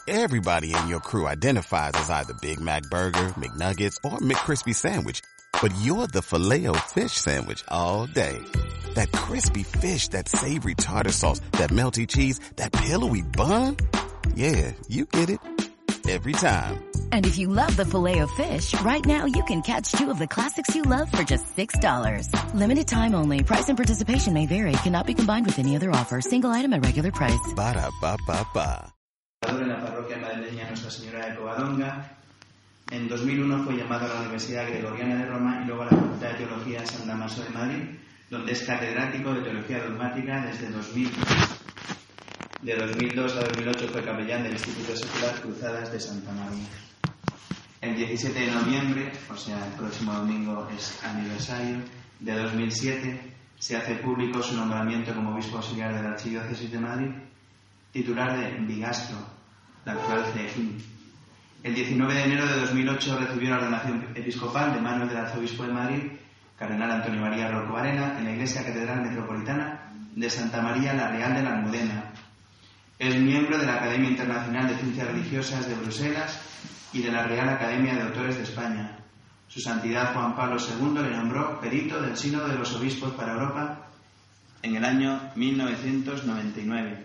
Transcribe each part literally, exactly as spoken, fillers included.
Everybody in your crew identifies as either Big Mac Burger, McNuggets, or McCrispy Sandwich. But you're the Filet-O-Fish Sandwich all day. That crispy fish, that savory tartar sauce, that melty cheese, that pillowy bun. Yeah, you get it. Every time. And if you love the Filet-O-Fish, right now you can catch two of the classics you love for just six dollars. Limited time only. Price and participation may vary. Cannot be combined with any other offer. Single item at regular price. Ba-da-ba-ba-ba. En la parroquia madrileña Nuestra Señora de Covadonga. En dos mil uno fue llamado a la Universidad Gregoriana de Roma y luego a la Facultad de Teología San Damaso de Madrid, donde es catedrático de Teología Dogmática desde dos mil. De dos mil dos a dos mil ocho fue capellán del Instituto Secular Cruzadas de Santa María. El diecisiete de noviembre, o sea, el próximo domingo es aniversario, de dos mil siete se hace público su nombramiento como obispo auxiliar de la Archidiócesis de Madrid, titular de Bigastro, la actual Cejín. El diecinueve de enero de dos mil ocho recibió la ordenación episcopal de manos del arzobispo de Madrid, cardenal Antonio María Rocco Varela, en la Iglesia Catedral Metropolitana de Santa María la Real de la Almudena. Es miembro de la Academia Internacional de Ciencias Religiosas de Bruselas y de la Real Academia de Autores de España. Su Santidad Juan Pablo segundo le nombró perito del Sínodo de los Obispos para Europa en el año mil novecientos noventa y nueve.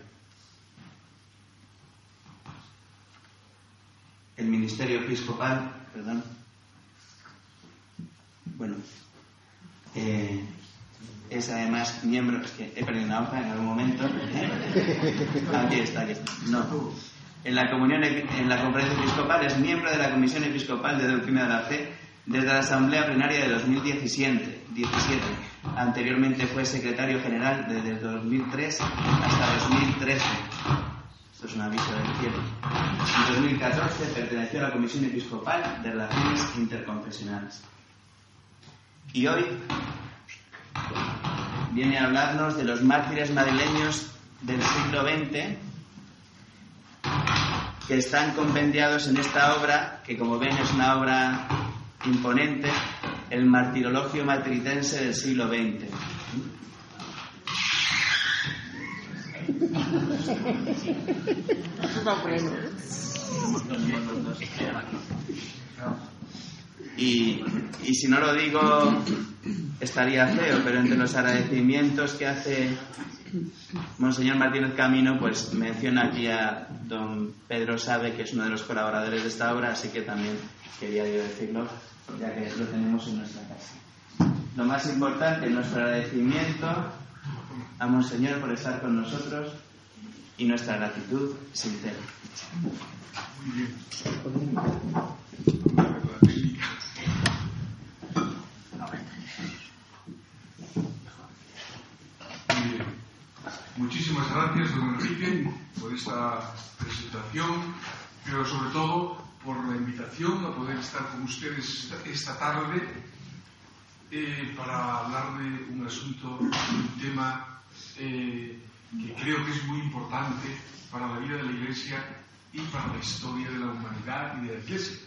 El ministerio episcopal, perdón, bueno, eh, es además miembro, es que he perdido una hoja en algún momento, ¿eh? aquí está, aquí está, no, en la comunión, en la conferencia episcopal es miembro de la Comisión Episcopal de Doctrina de la Fe desde la Asamblea Plenaria de dos mil diecisiete, anteriormente fue secretario general desde el dos mil tres hasta dos mil trece. Esto es un aviso del cielo. En dos mil catorce perteneció a la Comisión Episcopal de Relaciones Interconfesionales. Y hoy viene a hablarnos de los mártires madrileños del siglo veinte que están compendiados en esta obra, que como ven es una obra imponente, el Martirologio Matritense del siglo veinte. Y, y si no lo digo estaría feo, pero entre los agradecimientos que hace Monseñor Martínez Camino, pues menciona aquí a don Pedro Sabe, que es uno de los colaboradores de esta obra, así que también quería yo decirlo, ya que lo tenemos en nuestra casa. Lo más importante, nuestro agradecimiento a Monseñor por estar con nosotros y nuestra gratitud sincera. Muy bien. Muchísimas gracias, don Enrique, por esta presentación, pero sobre todo por la invitación a poder estar con ustedes esta, esta tarde eh, para hablar de un asunto, un tema eh, que creo que es muy importante para la vida de la Iglesia y para la historia de la humanidad y de la Iglesia.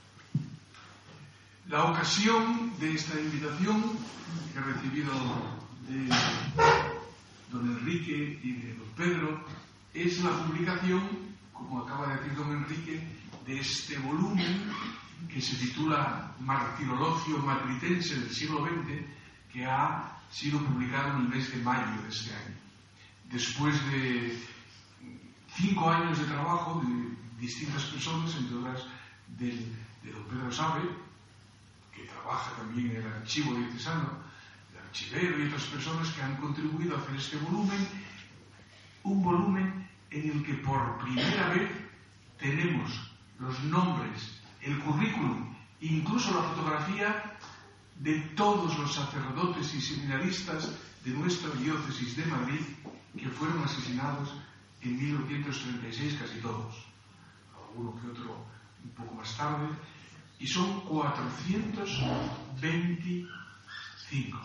La ocasión de esta invitación que he recibido de don Enrique y de don Pedro es la publicación, como acaba de decir don Enrique, de este volumen que se titula Martirologio Matritense del siglo veinte, que ha sido publicado en el mes de mayo de este año. Después de cinco años de trabajo de distintas personas, entre otras del, de don Pedro Sabe, que trabaja también en el archivo diocesano, el archivero y otras personas que han contribuido a hacer este volumen, un volumen en el que por primera vez tenemos los nombres, el currículum, incluso la fotografía de todos los sacerdotes y seminaristas de nuestra diócesis de Madrid que fueron asesinados en mil novecientos treinta y seis, casi todos, alguno que otro un poco más tarde, y son cuatrocientos veinticinco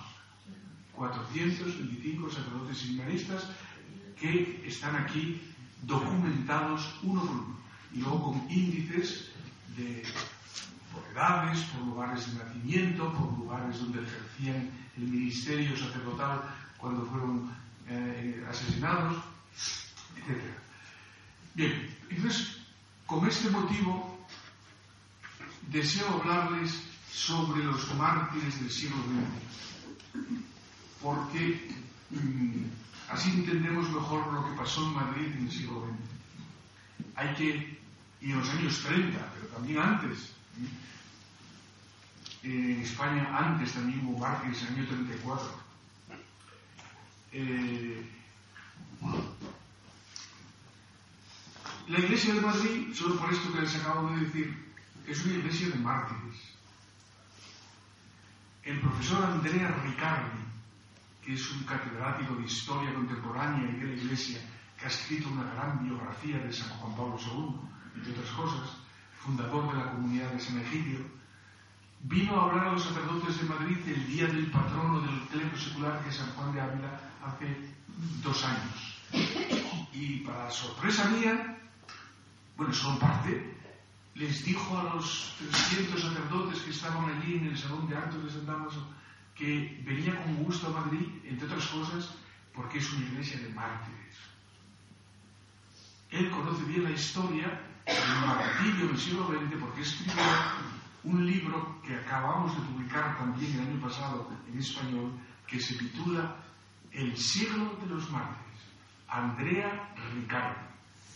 sacerdotes y seminaristas que están aquí documentados uno por uno, y luego con índices de por edades, por lugares de nacimiento, por lugares donde ejercían el ministerio sacerdotal cuando fueron eh, asesinados, etcétera. Bien, entonces con este motivo deseo hablarles sobre los mártires del siglo veinte, porque mmm, así entendemos mejor lo que pasó en Madrid en el siglo veinte. Hay que, y en los años treinta, pero también antes, en España antes también hubo mártires en el año treinta y cuatro. Eh, la Iglesia de Madrid, solo por esto que les acabo de decir, es una iglesia de mártires. El profesor Andrea Riccardi, que es un catedrático de historia contemporánea y de la Iglesia, que ha escrito una gran biografía de San Juan Pablo segundo, entre otras cosas, fundador de la comunidad de San Egidio, vino a hablar a los sacerdotes de Madrid el día del patrono del clero secular, que es San Juan de Ávila, hace dos años. Y para sorpresa mía, bueno, solo parte, les dijo a los trescientos sacerdotes que estaban allí en el Salón de Actos de San Dámaso que venía con gusto a Madrid, entre otras cosas, porque es una iglesia de mártires. Él conoce bien la historia del martirio del siglo veinte porque escribió un libro que acabamos de publicar también el año pasado en español, que se titula El siglo de los mártires, Andrea Riccardi.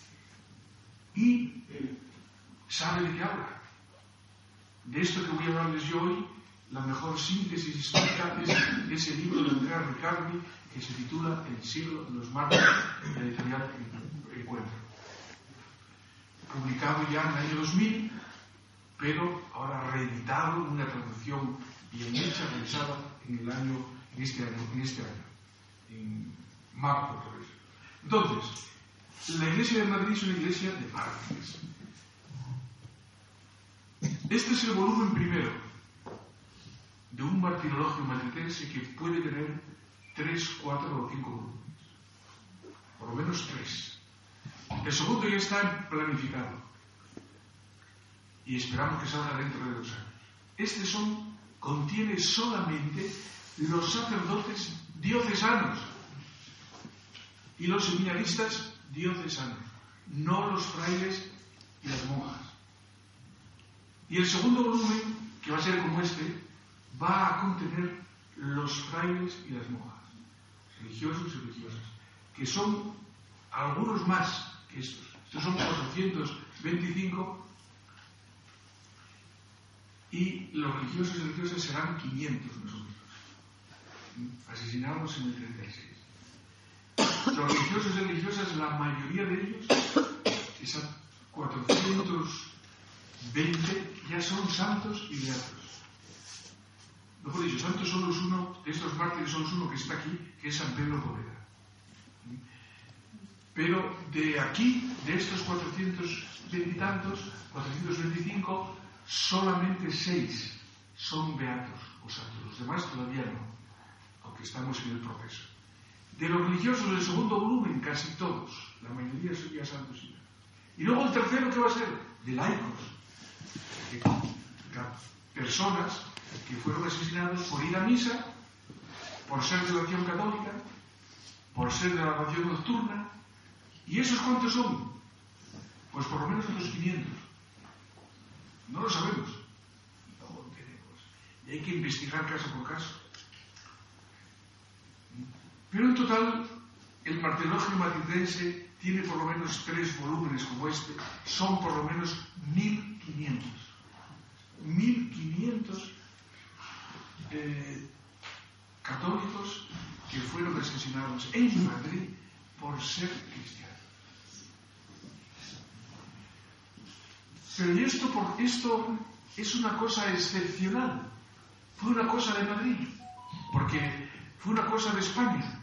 Y sabe de qué habla. De esto que voy a hablarles yo hoy, la mejor síntesis histórica es ese libro de Andrea Riccardi que se titula El siglo de los mártires, de la editorial Encuentro. Publicado ya en el año dos mil, pero ahora reeditado en una traducción bien hecha, realizada en el año, en este año, en este año, en marzo, por eso. Entonces, la Iglesia de Madrid es una iglesia de mártires. Este es el volumen primero de un martirologio madridense que puede tener tres, cuatro o cinco volúmenes. Por lo menos tres. El segundo ya está planificado. Y esperamos que salga dentro de dos años. Este son, contiene solamente los sacerdotes diocesanos y los seminaristas diocesanos, no los frailes y las monjas. Y el segundo volumen, que va a ser como este, va a contener los frailes y las monjas, religiosos y religiosas, que son algunos más que estos. Estos son cuatrocientos veinticinco y los religiosos y religiosas serán quinientos más o menos, asesinados en el treinta y seis. Los religiosos y religiosas, la mayoría de ellos, esas cuatrocientos veinte, ya son santos y beatos. Mejor dicho, santos solo es uno, de estos mártires solo es uno que está aquí, que es San Pedro Poveda. Pero de aquí, de estos cuatrocientos veinte y tantos, cuatrocientos veinticinco, solamente seis son beatos o santos. Los demás todavía no, aunque estamos en el proceso. De los religiosos del segundo volumen, casi todos, la mayoría son ya santos y beatos. Y luego el tercero, ¿qué va a ser? De laicos. De personas que fueron asesinados por ir a misa, por ser de la acción católica, por ser de la oración nocturna. ¿Y esos cuántos son? Pues por lo menos unos quinientos. No lo sabemos. No lo tenemos. Y hay que investigar caso por caso. Pero en total, el martirologio madridense tiene por lo menos tres volúmenes como este. Son por lo menos mil quinientos. mil quinientos eh, católicos que fueron asesinados en Madrid por ser cristianos. Pero esto, por, esto es una cosa excepcional. Fue una cosa de Madrid, porque fue una cosa de España.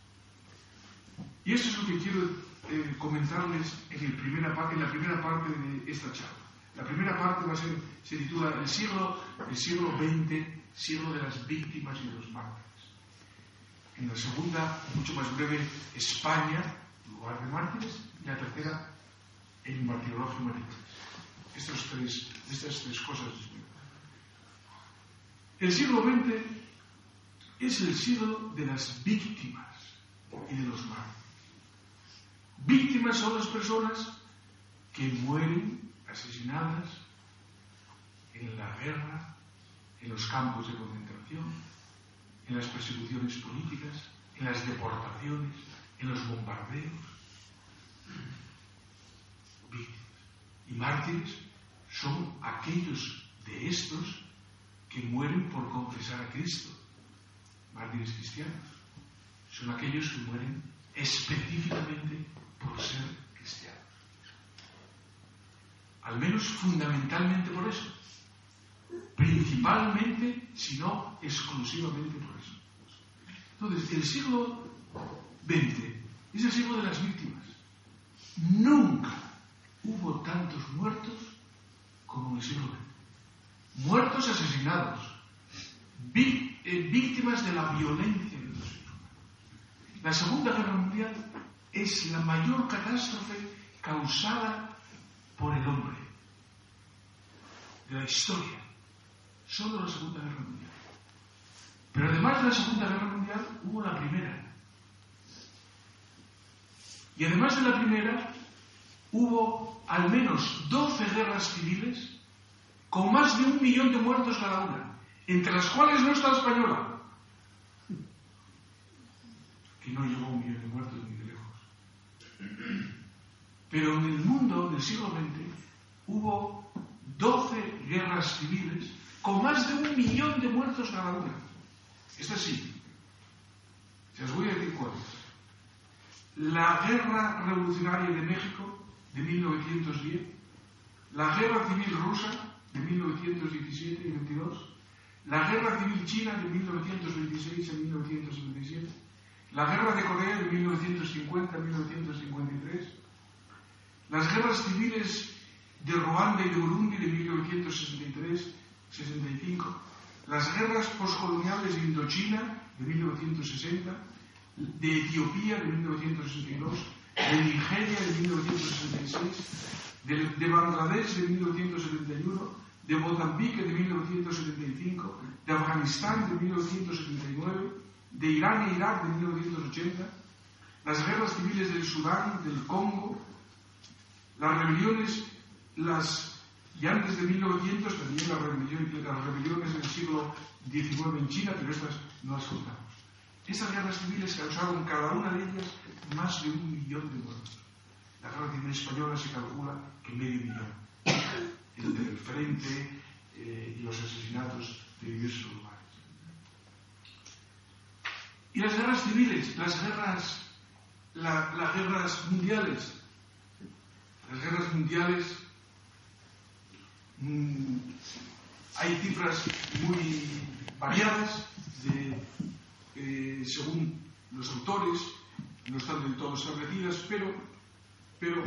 Y eso es lo que quiero eh, comentarles en, el primera, en la primera parte de esta charla. La primera parte va a ser, se titula el siglo, el siglo veinte, siglo de las víctimas y de los mártires. En la segunda, mucho más breve, España, lugar de mártires, y la tercera, el martirologio madridense. Estas tres, estas tres cosas. El siglo veinte es el siglo de las víctimas y de los mártires. Víctimas son las personas que mueren asesinadas en la guerra, en los campos de concentración, en las persecuciones políticas, en las deportaciones, en los bombardeos. Víctimas. Y mártires son aquellos de estos que mueren por confesar a Cristo. Mártires cristianos son aquellos que mueren específicamente por ser cristianos. Al menos fundamentalmente por eso. Principalmente, si no exclusivamente por eso. Entonces, el siglo veinte es el siglo de las víctimas. Nunca hubo tantos muertos como en el siglo veinte. Muertos asesinados, ví, eh, víctimas de la violencia de los seres humanos. La Segunda Guerra Mundial es la mayor catástrofe causada por el hombre de la historia. Solo la Segunda Guerra Mundial. Pero además de la Segunda Guerra Mundial hubo la Primera. Y además de la Primera hubo al menos doce guerras civiles con más de un millón de muertos cada una, entre las cuales no está la española, que no llegó a un millón de muertos ni de lejos. Pero en el mundo del siglo veinte hubo doce guerras civiles con más de un millón de muertos cada una. Esta sí. Se os voy a decir cuáles. La Guerra Revolucionaria de México de mil novecientos diez, la Guerra Civil Rusa de mil novecientos diecisiete y veintidós, la Guerra Civil China de mil novecientos veintiséis a mil novecientos setenta y siete, la Guerra de Corea de mil novecientos cincuenta a mil novecientos cincuenta y tres, las guerras civiles de Ruanda y de Burundi de mil novecientos sesenta y tres a sesenta y cinco, las guerras postcoloniales de Indochina de mil novecientos sesenta, de Etiopía de mil novecientos sesenta y dos, de Nigeria de mil novecientos sesenta y seis, de, de Bangladesh de mil novecientos setenta y uno, de Mozambique de mil novecientos setenta y cinco, de Afganistán de mil novecientos setenta y nueve, de Irán e Irak de mil novecientos ochenta, las guerras civiles del Sudán, del Congo, las rebeliones, las, y antes de mil novecientos también las rebeliones, las rebeliones del siglo diecinueve en China, pero estas no las contamos. Estas guerras civiles causaron cada una de ellas más de un millón de muertos. La Guerra Civil Española se calcula que medio millón, entre el frente eh, y los asesinatos de diversos lugares. Y las guerras civiles, las guerras, la, las guerras mundiales, las guerras mundiales, mmm, hay cifras muy variadas de, eh, según los autores, no están del todo establecidas, pero, pero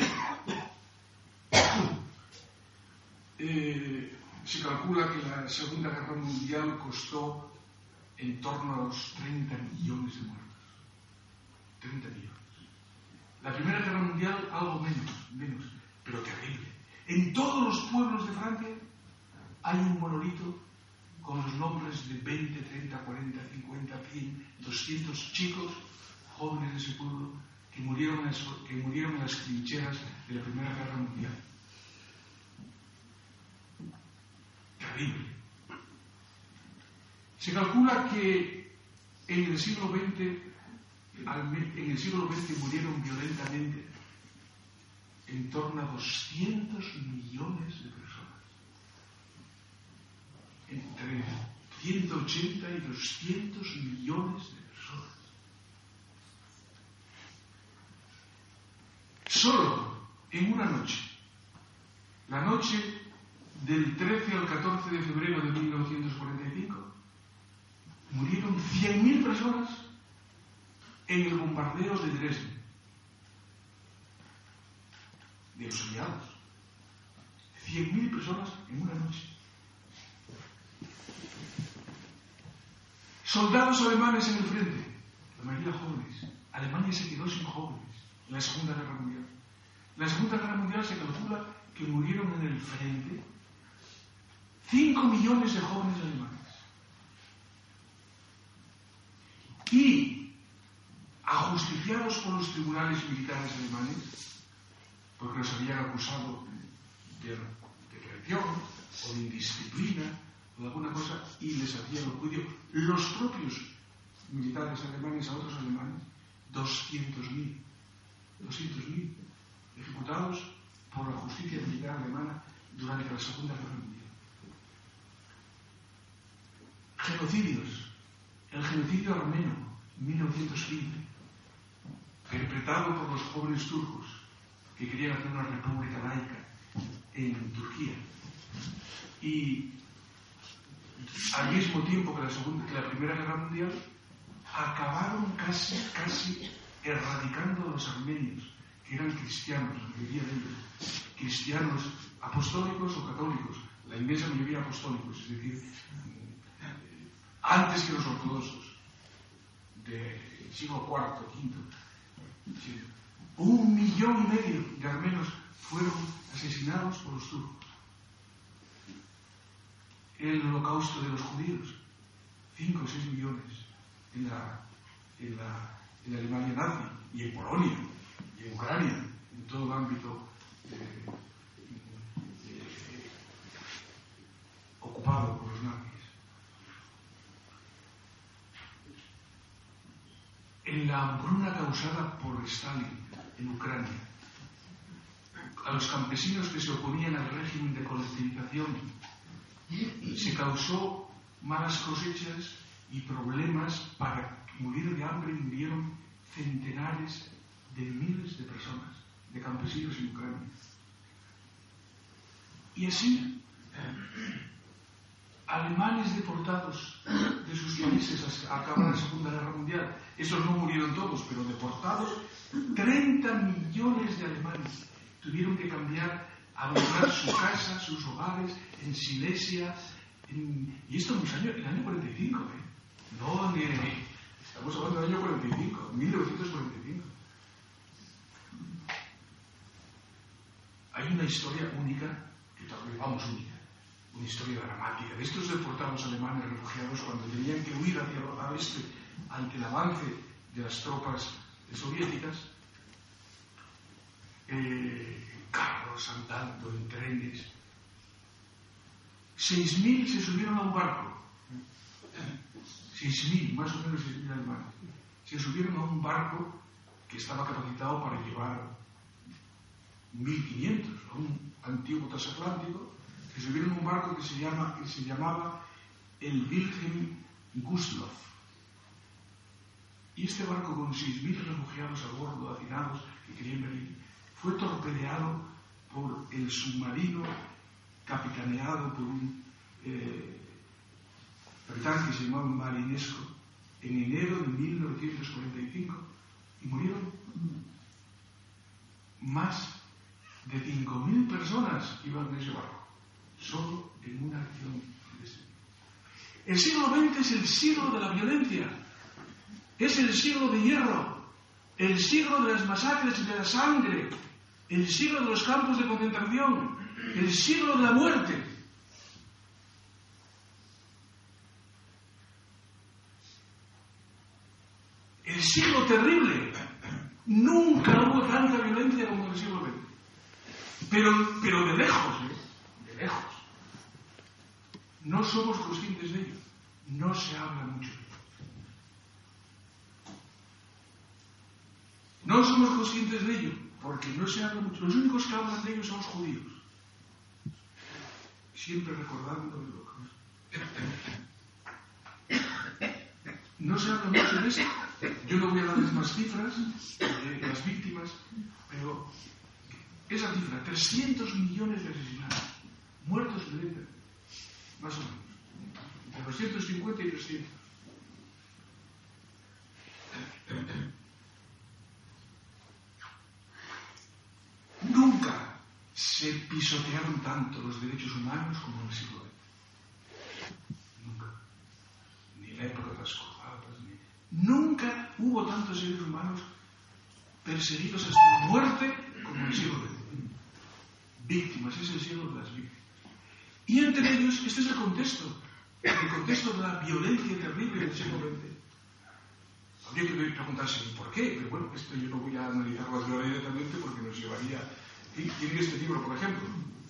eh, se calcula que la Segunda Guerra Mundial costó en torno a los treinta millones de muertos. treinta millones. La Primera Guerra Mundial algo menos, menos, pero terrible. En todos los pueblos de Francia hay un monolito con los nombres de veinte, treinta, cuarenta, cincuenta, cien, doscientos chicos jóvenes de ese pueblo que murieron en las, que murieron en las trincheras de la Primera Guerra Mundial. Terrible. Se calcula que en el siglo veinte, en el siglo veinte murieron violentamente en torno a doscientos millones de personas. Entre ciento ochenta y doscientos millones de personas. Solo en una noche, la noche del trece al catorce de febrero de mil novecientos cuarenta y cinco, murieron cien mil personas en el bombardeo de Dresde, de los aliados. cien mil personas en una noche. Soldados alemanes en el frente, la mayoría jóvenes. Alemania se quedó sin jóvenes en la Segunda Guerra Mundial. En la Segunda Guerra Mundial se calcula que murieron en el frente cinco millones de jóvenes alemanes. Y, ajusticiados por los tribunales militares alemanes, porque los habían acusado de, de traición o de indisciplina o de alguna cosa, y les hacían el juicio los propios militares alemanes a otros alemanes, doscientos mil ejecutados por la justicia militar alemana durante la Segunda Guerra Mundial. Genocidios. El genocidio armenio, mil novecientos quince, perpetrado por los jóvenes turcos que querían hacer una república laica en Turquía. Y al mismo tiempo que la, segunda, que la Primera Guerra Mundial, acabaron casi, casi erradicando a los armenios, que eran cristianos, la mayoría de ellos, cristianos apostólicos o católicos, la inmensa mayoría apostólicos, es decir, antes que los ortodoxos, del siglo cuarto, quinto. Un millón y medio de armenos fueron asesinados por los turcos. El holocausto de los judíos, cinco o seis millones en la, en la, en la Alemania nazi, y en Polonia, y en Ucrania, en todo el ámbito eh, eh, ocupado por los nazis. En la hambruna causada por Stalin en Ucrania, a los campesinos que se oponían al régimen de colectivización, se causó malas cosechas y problemas para morir de hambre, y murieron centenares de miles de personas, de campesinos en Ucrania. Y así, alemanes deportados de sus países a cabo de la Segunda Guerra Mundial, esos no murieron todos, pero deportados, treinta millones de alemanes tuvieron que cambiar, abandonar su casa, sus hogares, en Silesia, en... y esto en, los años, en el año cuarenta y cinco, ¿eh? No, ni, estamos hablando del año cuarenta y cinco, mil novecientos cuarenta y cinco. Hay una historia única, que tal vez vamos única, una historia dramática de estos deportados alemanes refugiados cuando tenían que huir hacia el oeste ante el avance de las tropas soviéticas, eh, carros andando en trenes. seis mil se subieron a un barco, seis mil, más o menos seis mil alemanes, se subieron a un barco que estaba capacitado para llevar mil quinientos, a un antiguo transatlántico, que subieron a un barco que se, llama, que se llamaba el Wilhelm Gustloff. Y este barco, con seis mil refugiados a bordo, hacinados, que querían venir, fue torpedeado por el submarino capitaneado por un eh, capitán que se llamaba Marinesco en enero de mil novecientos cuarenta y cinco, y murieron más de cinco mil personas que iban en ese barco, solo en una acción de ese. El siglo veinte es el siglo de la violencia, es el siglo de hierro, el siglo de las masacres y de la sangre, el siglo de los campos de concentración, el siglo de la muerte. El siglo terrible. Nunca hubo tanta violencia como en el siglo veinte. Pero, pero de lejos, ¿eh? De lejos. No somos conscientes de ello. No se habla mucho de ello. No somos conscientes de ello porque no se habla mucho. Los únicos que hablan de ello son los judíos. Siempre recordando el holocausto. No se habla mucho de eso. Yo no voy a darles más cifras de las víctimas, pero esa cifra, trescientos millones de asesinados, muertos violentos, más o menos, entre doscientos cincuenta y trescientos. Nunca se pisotearon tanto los derechos humanos como en el siglo veinte. Nunca. Ni en la época de las cruzadas, ni... Nunca hubo tantos seres humanos perseguidos hasta la muerte como en el siglo veinte. Víctimas, es el siglo de las víctimas. Y entre ellos, este es el contexto, el contexto de la violencia terrible del siglo veinte. Habría que preguntarse por qué, pero bueno, esto yo no voy a analizarlo directamente porque nos llevaría Y en este libro, por ejemplo,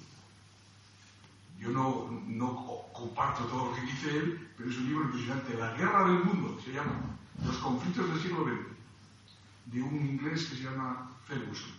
yo no, no comparto todo lo que dice él, pero es un libro impresionante. La guerra del mundo se llama, Los conflictos del siglo veinte, de un inglés que se llama Ferguson.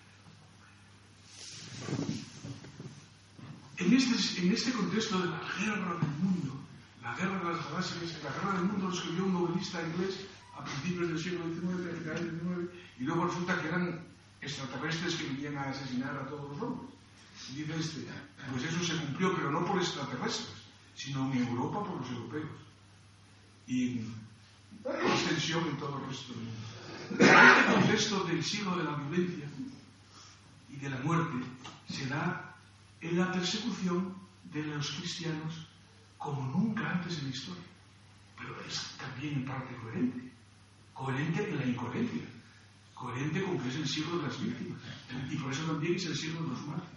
En este, en este contexto de la guerra del mundo, la guerra de las galaxias, la guerra del mundo lo escribió un novelista inglés a principios del siglo diecinueve, a finales del diecinueve, y luego resulta que eran extraterrestres que venían a asesinar a todos los hombres. Y dice este, pues eso se cumplió, pero no por extraterrestres, sino en Europa por los europeos. Y en extensión en todo el resto del mundo. En este contexto del siglo de la violencia y de la muerte se da en la persecución de los cristianos como nunca antes en la historia. Pero es también en parte coherente. Coherente en la incoherencia. Coherente con que es el siglo de las víctimas. Y por eso también es el siglo de los mártires.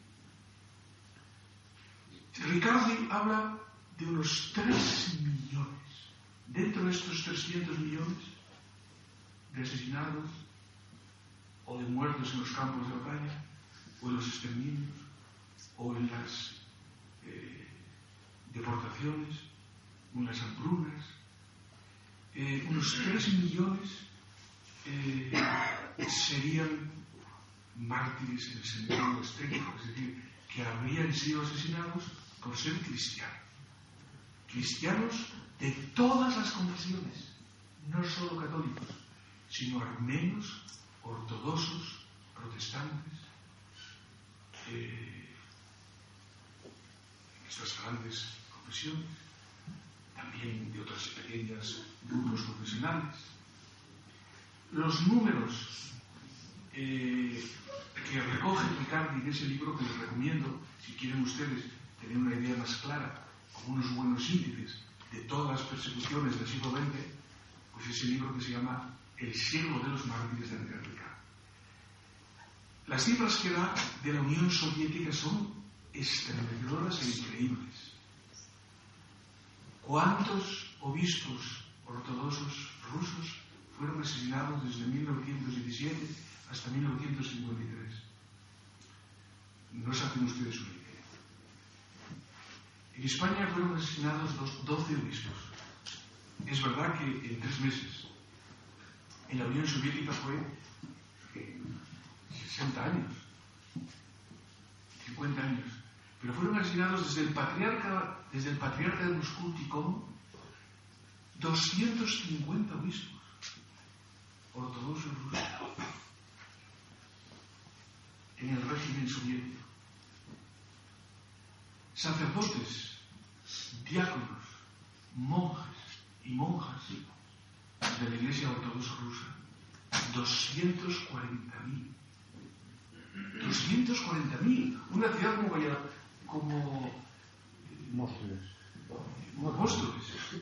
Riccardi habla de unos tres millones. Dentro de estos trescientos millones de asesinados o de muertos en los campos de batalla, o en los exterminios, o en las eh, deportaciones, o en las hambrunas, eh, unos tres millones eh, serían mártires en el sentido estricto, es decir, que habrían sido asesinados por ser cristianos. Cristianos de todas las confesiones, no solo católicos, sino armenios, ortodoxos, protestantes, eh, estas grandes confesiones, también de otras pequeñas grupos profesionales. Los números eh, que recoge Riccardi en ese libro, que les recomiendo, si quieren ustedes tener una idea más clara, con unos buenos índices de todas las persecuciones del siglo veinte, pues ese libro que se llama El siglo de los mártires de Riccardi. Las cifras que da de la Unión Soviética son estremecedoras e increíbles. ¿Cuántos obispos ortodoxos rusos fueron asesinados desde mil novecientos diecisiete hasta mil novecientos cincuenta y tres? No se hacen ustedes una idea. En España fueron asesinados los doce obispos. Es verdad que en tres meses. En la Unión Soviética fue sesenta años, cincuenta años. Pero fueron asesinados desde el patriarca, desde el patriarca de Moscú, Tikhon, doscientos cincuenta obispos ortodoxos rusos en el régimen soviético. Sacerdotes, diáconos, monjes y monjas de la Iglesia Ortodoxa Rusa, doscientos cuarenta mil. doscientos cuarenta mil. Una ciudad como Valladolid, como Móstoles. Como Móstoles.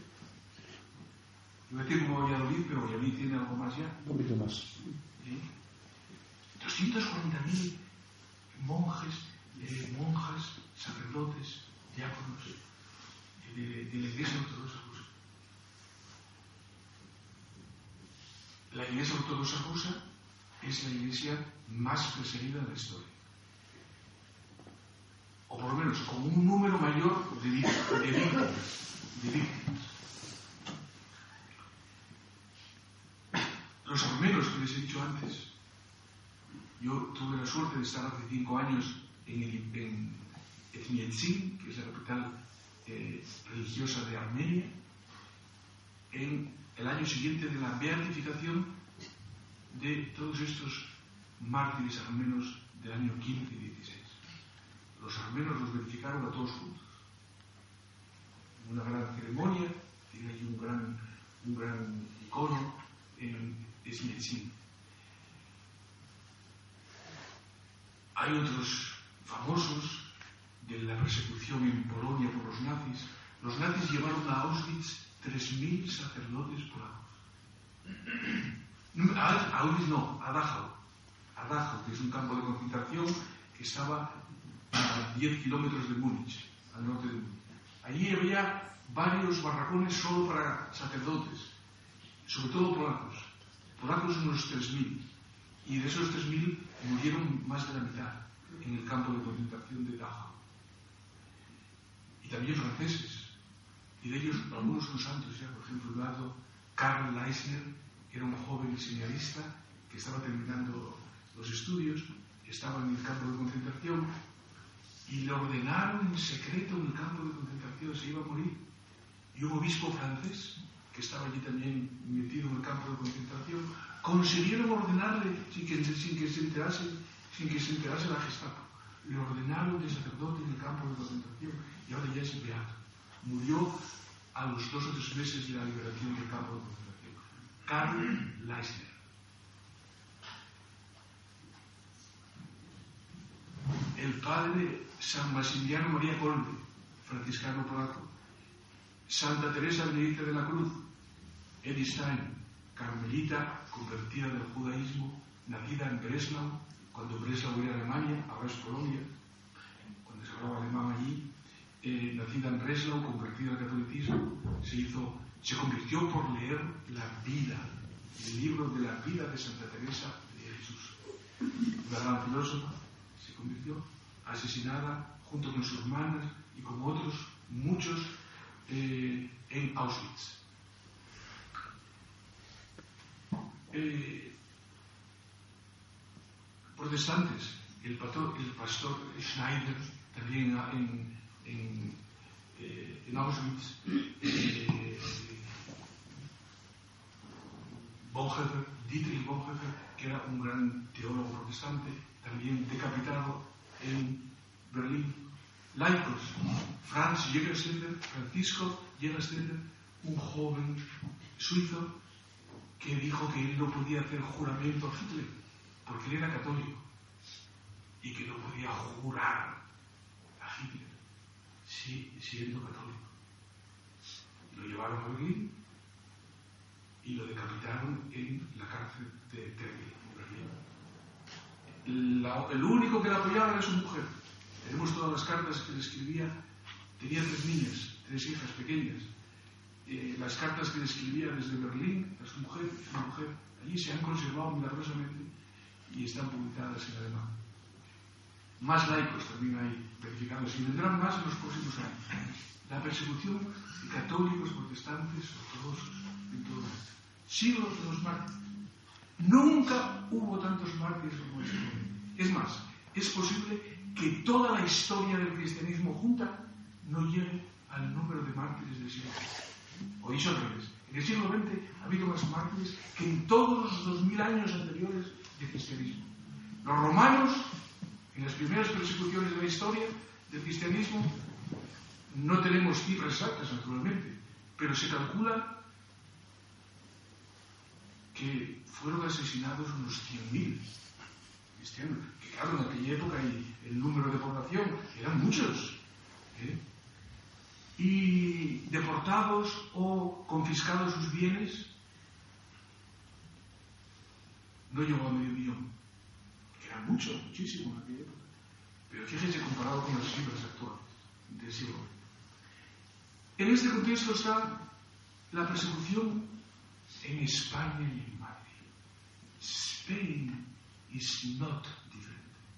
Iba a decir como Valladolid, pero Valladolid tiene algo más ya. Un poquito más. ¿Sí? doscientos cuarenta mil monjes, eh, monjas, sacerdotes, diáconos de, de la Iglesia Ortodoxa Rusa. La Iglesia Ortodoxa Rusa es la iglesia más perseguida de la historia. O por lo menos con un número mayor de, de víctimas. De víctimas. Los armenos que les he dicho antes, yo tuve la suerte de estar hace cinco años en, el, en Etnietsin, que es la capital eh, religiosa de Armenia, en el año siguiente de la beatificación de todos estos mártires armenos del año quince y dieciséis. Los armenos los beatificaron a todos juntos. Una gran ceremonia, tiene aquí un gran, un gran icono en Etnietsin. Hay otros famosos de la persecución en Polonia por los nazis. Los nazis llevaron a Auschwitz tres mil sacerdotes polacos. A Auschwitz no, a Dachau. A Dachau, que es un campo de concentración que estaba a diez kilómetros de Múnich, al norte de Múnich. Allí había varios barracones solo para sacerdotes, sobre todo polacos. Polacos unos tres mil. Y de esos tres mil murieron más de la mitad en el campo de concentración de Dachau. Y también franceses. Y de ellos algunos son santos, ya, por ejemplo, Eduardo Karl Leisner, que era un joven seminarista que estaba terminando los estudios, estaba en el campo de concentración y le ordenaron en secreto en el campo de concentración, se iba a morir. Y un obispo francés, que estaba allí también metido en el campo de concentración, consiguieron ordenarle, sin que, sin que se enterase, sin que se enterase la Gestapo, le ordenaron de sacerdote en el campo de concentración y ahora ya es beato. Murió a los dos o tres meses de la liberación del campo de concentración. Karl Leisner. El padre San Maximiliano María Kolbe, franciscano polaco. Santa Teresa Benedicta de la Cruz, Edith Stein, carmelita convertida del judaísmo, nacida en Breslau, cuando Breslau era Alemania, ahora es Polonia, cuando se hablaba alemán allí, eh, nacida en Breslau, convertida al catolicismo, se hizo, se convirtió por leer la vida, el libro de la vida de Santa Teresa de Jesús. Una gran filósofa, se convirtió, asesinada junto con sus hermanas y con otros muchos eh, en Auschwitz. Eh, protestantes, el pastor, el pastor Schneider, también en, en, eh, en Auschwitz, eh, Bonhoeffer, Dietrich Bonhoeffer, que era un gran teólogo protestante, también decapitado en Berlín. Laicos, Franz Jägerstätter, Francisco Jägerstätter, un joven suizo que dijo que él no podía hacer juramento a Hitler porque él era católico y que no podía jurar a Hitler sí, siendo católico. Lo llevaron a Berlín y lo decapitaron en la cárcel de Terni, en Berlín. La, el único que la apoyaba era su mujer. Tenemos todas las cartas que le escribía. Tenía tres niñas, tres hijas pequeñas. Eh, las cartas que le escribía desde Berlín a su mujer, su mujer, allí se han conservado milagrosamente y están publicadas en alemán. Más laicos también hay verificados y vendrán más en los próximos años. La persecución de católicos, protestantes, ortodoxos, en todo esto. Siglos de los mártires. Nunca hubo tantos mártires como en este momento. Es más, es posible que toda la historia del cristianismo junta no llegue al número de mártires del siglo veinte. O dicho al revés, en el siglo veinte ha habido más mártires que en todos los dos mil años anteriores de cristianismo. Los romanos, en las primeras persecuciones de la historia del cristianismo, no tenemos cifras exactas, naturalmente, pero se calcula que fueron asesinados unos cien mil cristianos, que claro, en aquella época y el número de población eran muchos, ¿eh? Y deportados o confiscados sus bienes no llegó a medio millón, que era mucho, muchísimo en aquella época, pero fíjense comparado con las cifras actuales del siglo veinte. En este contexto está la persecución en España y en Madrid. Spain is not different.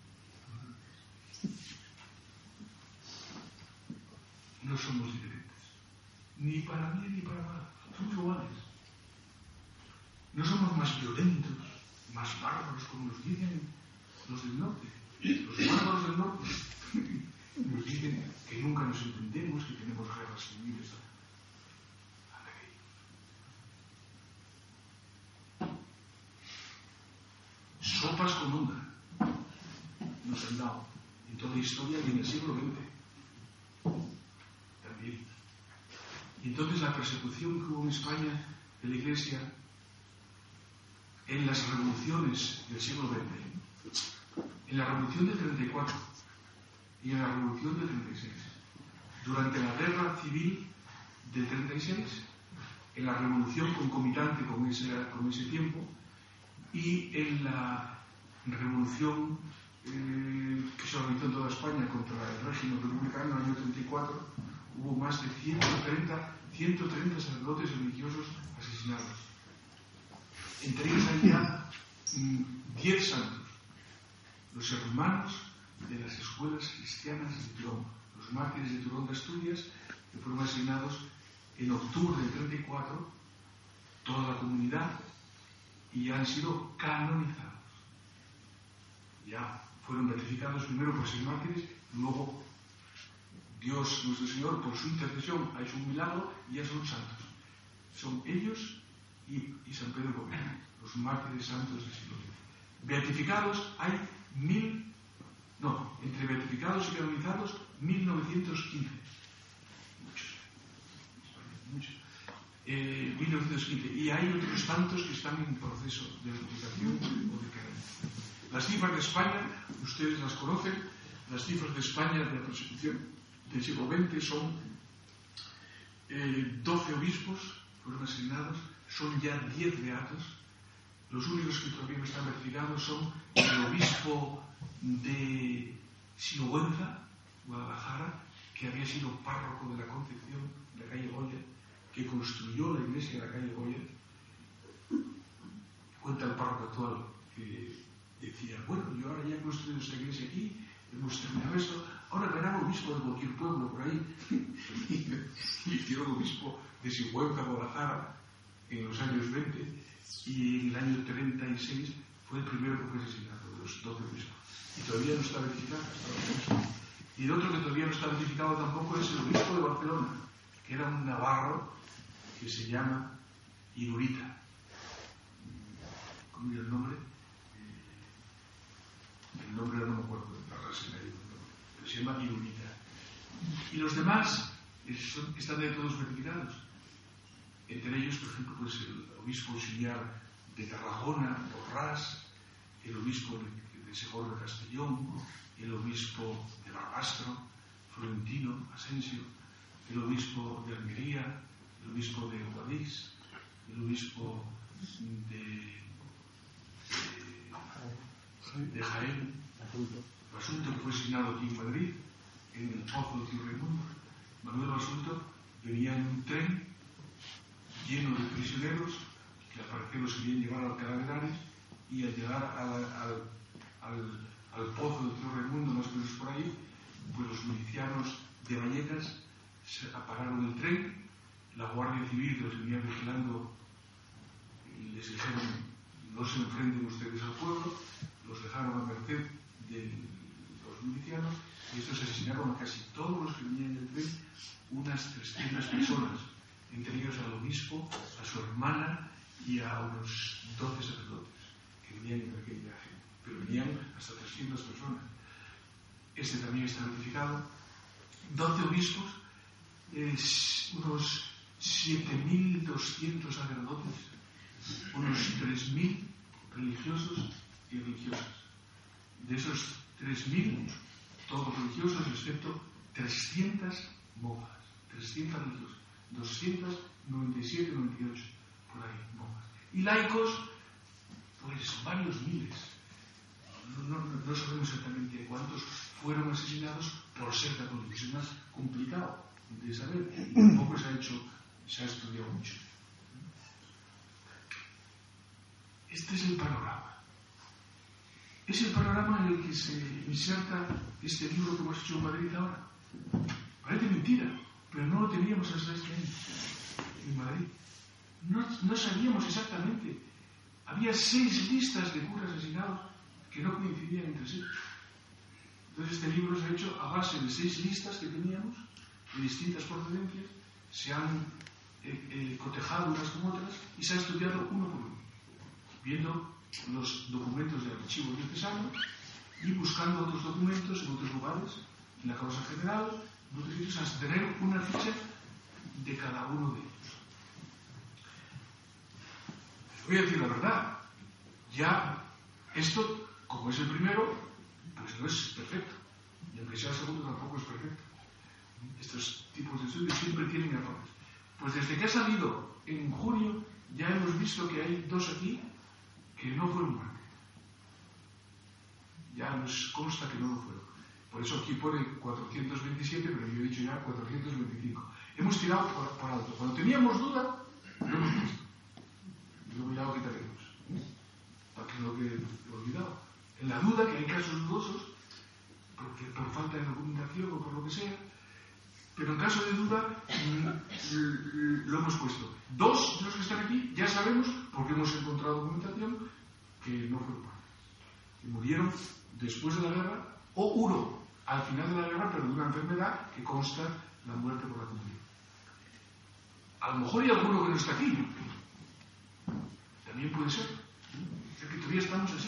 No somos diferentes, ni para bien ni para mal, somos iguales. No somos más violentos, más bárbaros, como nos dicen los del norte. Los bárbaros del norte nos dicen que nunca nos entendemos, que tenemos guerras civiles. Sopas con onda nos han dado en toda la historia y en el siglo veinte también. Y entonces la persecución que hubo en España de la Iglesia en las revoluciones del siglo veinte, en la revolución del treinta y cuatro y en la revolución del treinta y seis, durante la guerra civil del treinta y seis, en la revolución concomitante con ese, con ese tiempo, y en la revolución eh, que se organizó en toda España contra el régimen republicano en el año treinta y cuatro, hubo más de ciento treinta sacerdotes religiosos asesinados. Entre ellos había mmm, diez santos, los hermanos de las escuelas cristianas de Turón, los mártires de Turón de Asturias, que fueron asignados en octubre del treinta y cuatro, toda la comunidad, y han sido canonizados. Ya fueron beatificados primero por ser mártires, luego Dios nuestro Señor, por su intercesión, ha hecho un milagro y ya son santos. Son ellos y, y San Pedro Gobierno, los mártires santos del siglo veinte. Beatificados hay mil, no, entre beatificados y canonizados, mil novecientos quince. Muchos. Muchos. Eh, mil novecientos quince. Y hay otros tantos que están en proceso de beatificación o de canonización. Las cifras de España, ustedes las conocen, las cifras de España de la persecución del siglo veinte son eh, doce obispos fueron asignados, son ya diez beatos. Los únicos que todavía no están beatificados son el obispo de Sigüenza, Guadalajara, que había sido párroco de la Concepción, de la calle Goya, que construyó la iglesia de la calle Goya. Cuenta el párroco actual que decía, bueno, yo ahora ya he construido esta iglesia aquí, hemos terminado esto, ahora verán obispo de cualquier pueblo por ahí. Y hicieron obispo de Sigüenza, Guadalajara, en los años veinte, y en el año treinta y seis fue el primero que fue asesinado, de los doce obispos. Y todavía no está verificado. Y el otro que todavía no está verificado tampoco es el obispo de Barcelona, que era un navarro que se llama Irurita. ¿Cómo era el nombre? El nombre no me acuerdo, pero se llama Irurita. Y los demás son, están de todos verificados. Entre ellos, por ejemplo, pues el obispo auxiliar de Tarragona, Borrás, el obispo de, de Segorbe de Castellón, el obispo de Barbastro, Florentino, Asensio, el obispo de Almería, el obispo de Guadix, el obispo de, de, de Jaén, Basunto, que fue asignado aquí en Madrid, en el pozo de Tío Raimundo. Manuel Basunto venía en un tren lleno de prisioneros que al parecer los querían llevar a Alcalá de Henares, y al llegar a la, al, al, al pozo de Tío Raimundo, más o menos por ahí, pues los milicianos de Vallecas se apagaron el tren. La Guardia Civil que los venía vigilando les dijeron, no se enfrenten ustedes al pueblo, los dejaron a merced de los milicianos, y estos asesinaron a casi todos los que venían en el tren, unas trescientas personas, entre ellos al obispo, a su hermana y a unos doce sacerdotes que venían en aquel viaje, pero venían hasta trescientas personas. Este también está notificado. doce obispos, eh, unos siete mil doscientos sacerdotes, unos tres mil religiosos y religiosas. De esos tres mil, todos religiosos, excepto trescientas monjas, trescientas religiosas, doscientos noventa y siete, noventa y ocho, por ahí, monjas. Y laicos, pues varios miles. No, no, no sabemos exactamente cuántos fueron asesinados por ser católicos. Es más complicado de saber, y tampoco se ha hecho, se ha estudiado mucho. Este es el panorama. Es el panorama en el que se inserta este libro que hemos hecho en Madrid ahora. Parece mentira, pero no lo teníamos hasta este año en Madrid. No, no sabíamos exactamente. Había seis listas de curas asesinados que no coincidían entre sí. Entonces este libro se ha hecho a base de seis listas que teníamos, de distintas procedencias, se han eh, eh, cotejado unas con otras y se ha estudiado uno por uno, viendo los documentos del archivo diocesano y buscando otros documentos en otros lugares, en la causa general, en otros sitios, hasta tener una ficha de cada uno de ellos. Les voy a decir la verdad, ya esto, como es el primero, pues no es perfecto, y aunque sea el segundo tampoco es perfecto. Estos tipos de estudios siempre tienen errores. Pues desde que ha salido en junio ya hemos visto que hay dos aquí que no fueron mártires. Ya nos consta que no lo fueron. Por eso aquí pone cuatrocientos veintisiete, pero yo he dicho ya cuatrocientos veinticinco. Hemos tirado por, por alto. Cuando teníamos duda, lo hemos puesto. Y luego ya lo quitaremos, para que no quede olvidado. En la duda, que hay casos dudosos, porque por falta de documentación o por lo que sea, pero en caso de duda lo hemos puesto. Dos de los que están aquí ya sabemos, porque hemos encontrado documentación, que no fueron mártires, que murieron después de la guerra, o uno al final de la guerra, pero de una enfermedad que consta la muerte por la que murió. A lo mejor hay alguno que no está aquí, ¿no? También puede ser. O sea que todavía estamos así.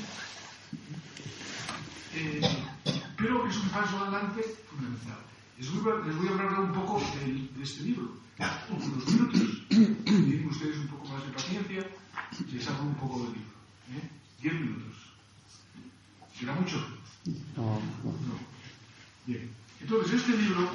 Eh, pero es un paso adelante fundamental. Les voy a, les voy a hablar un poco de, de este libro. Unos minutos. Tienen ustedes un poco más de paciencia. Les hablo un poco del libro. ¿eh? Diez minutos. ¿Será mucho? No. No. Bien. Entonces, este libro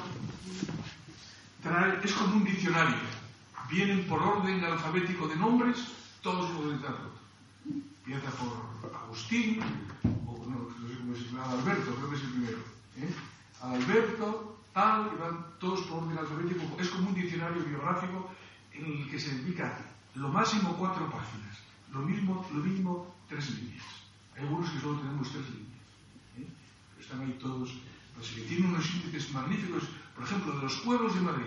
trae, es como un diccionario. Vienen por orden alfabético de nombres todos los de Tarot. Empieza por Agustín, o no, no sé cómo se llama, Alberto, creo que es el primero. ¿eh? Alberto, tal, y van todos por orden alfabético. Es como un diccionario biográfico en el que se dedica lo máximo cuatro páginas, lo mismo, lo mínimo tres líneas. Hay algunos que solo tenemos tres líneas. ¿eh? Están ahí todos, pues, que tienen unos índices magníficos, por ejemplo, de los pueblos de Madrid.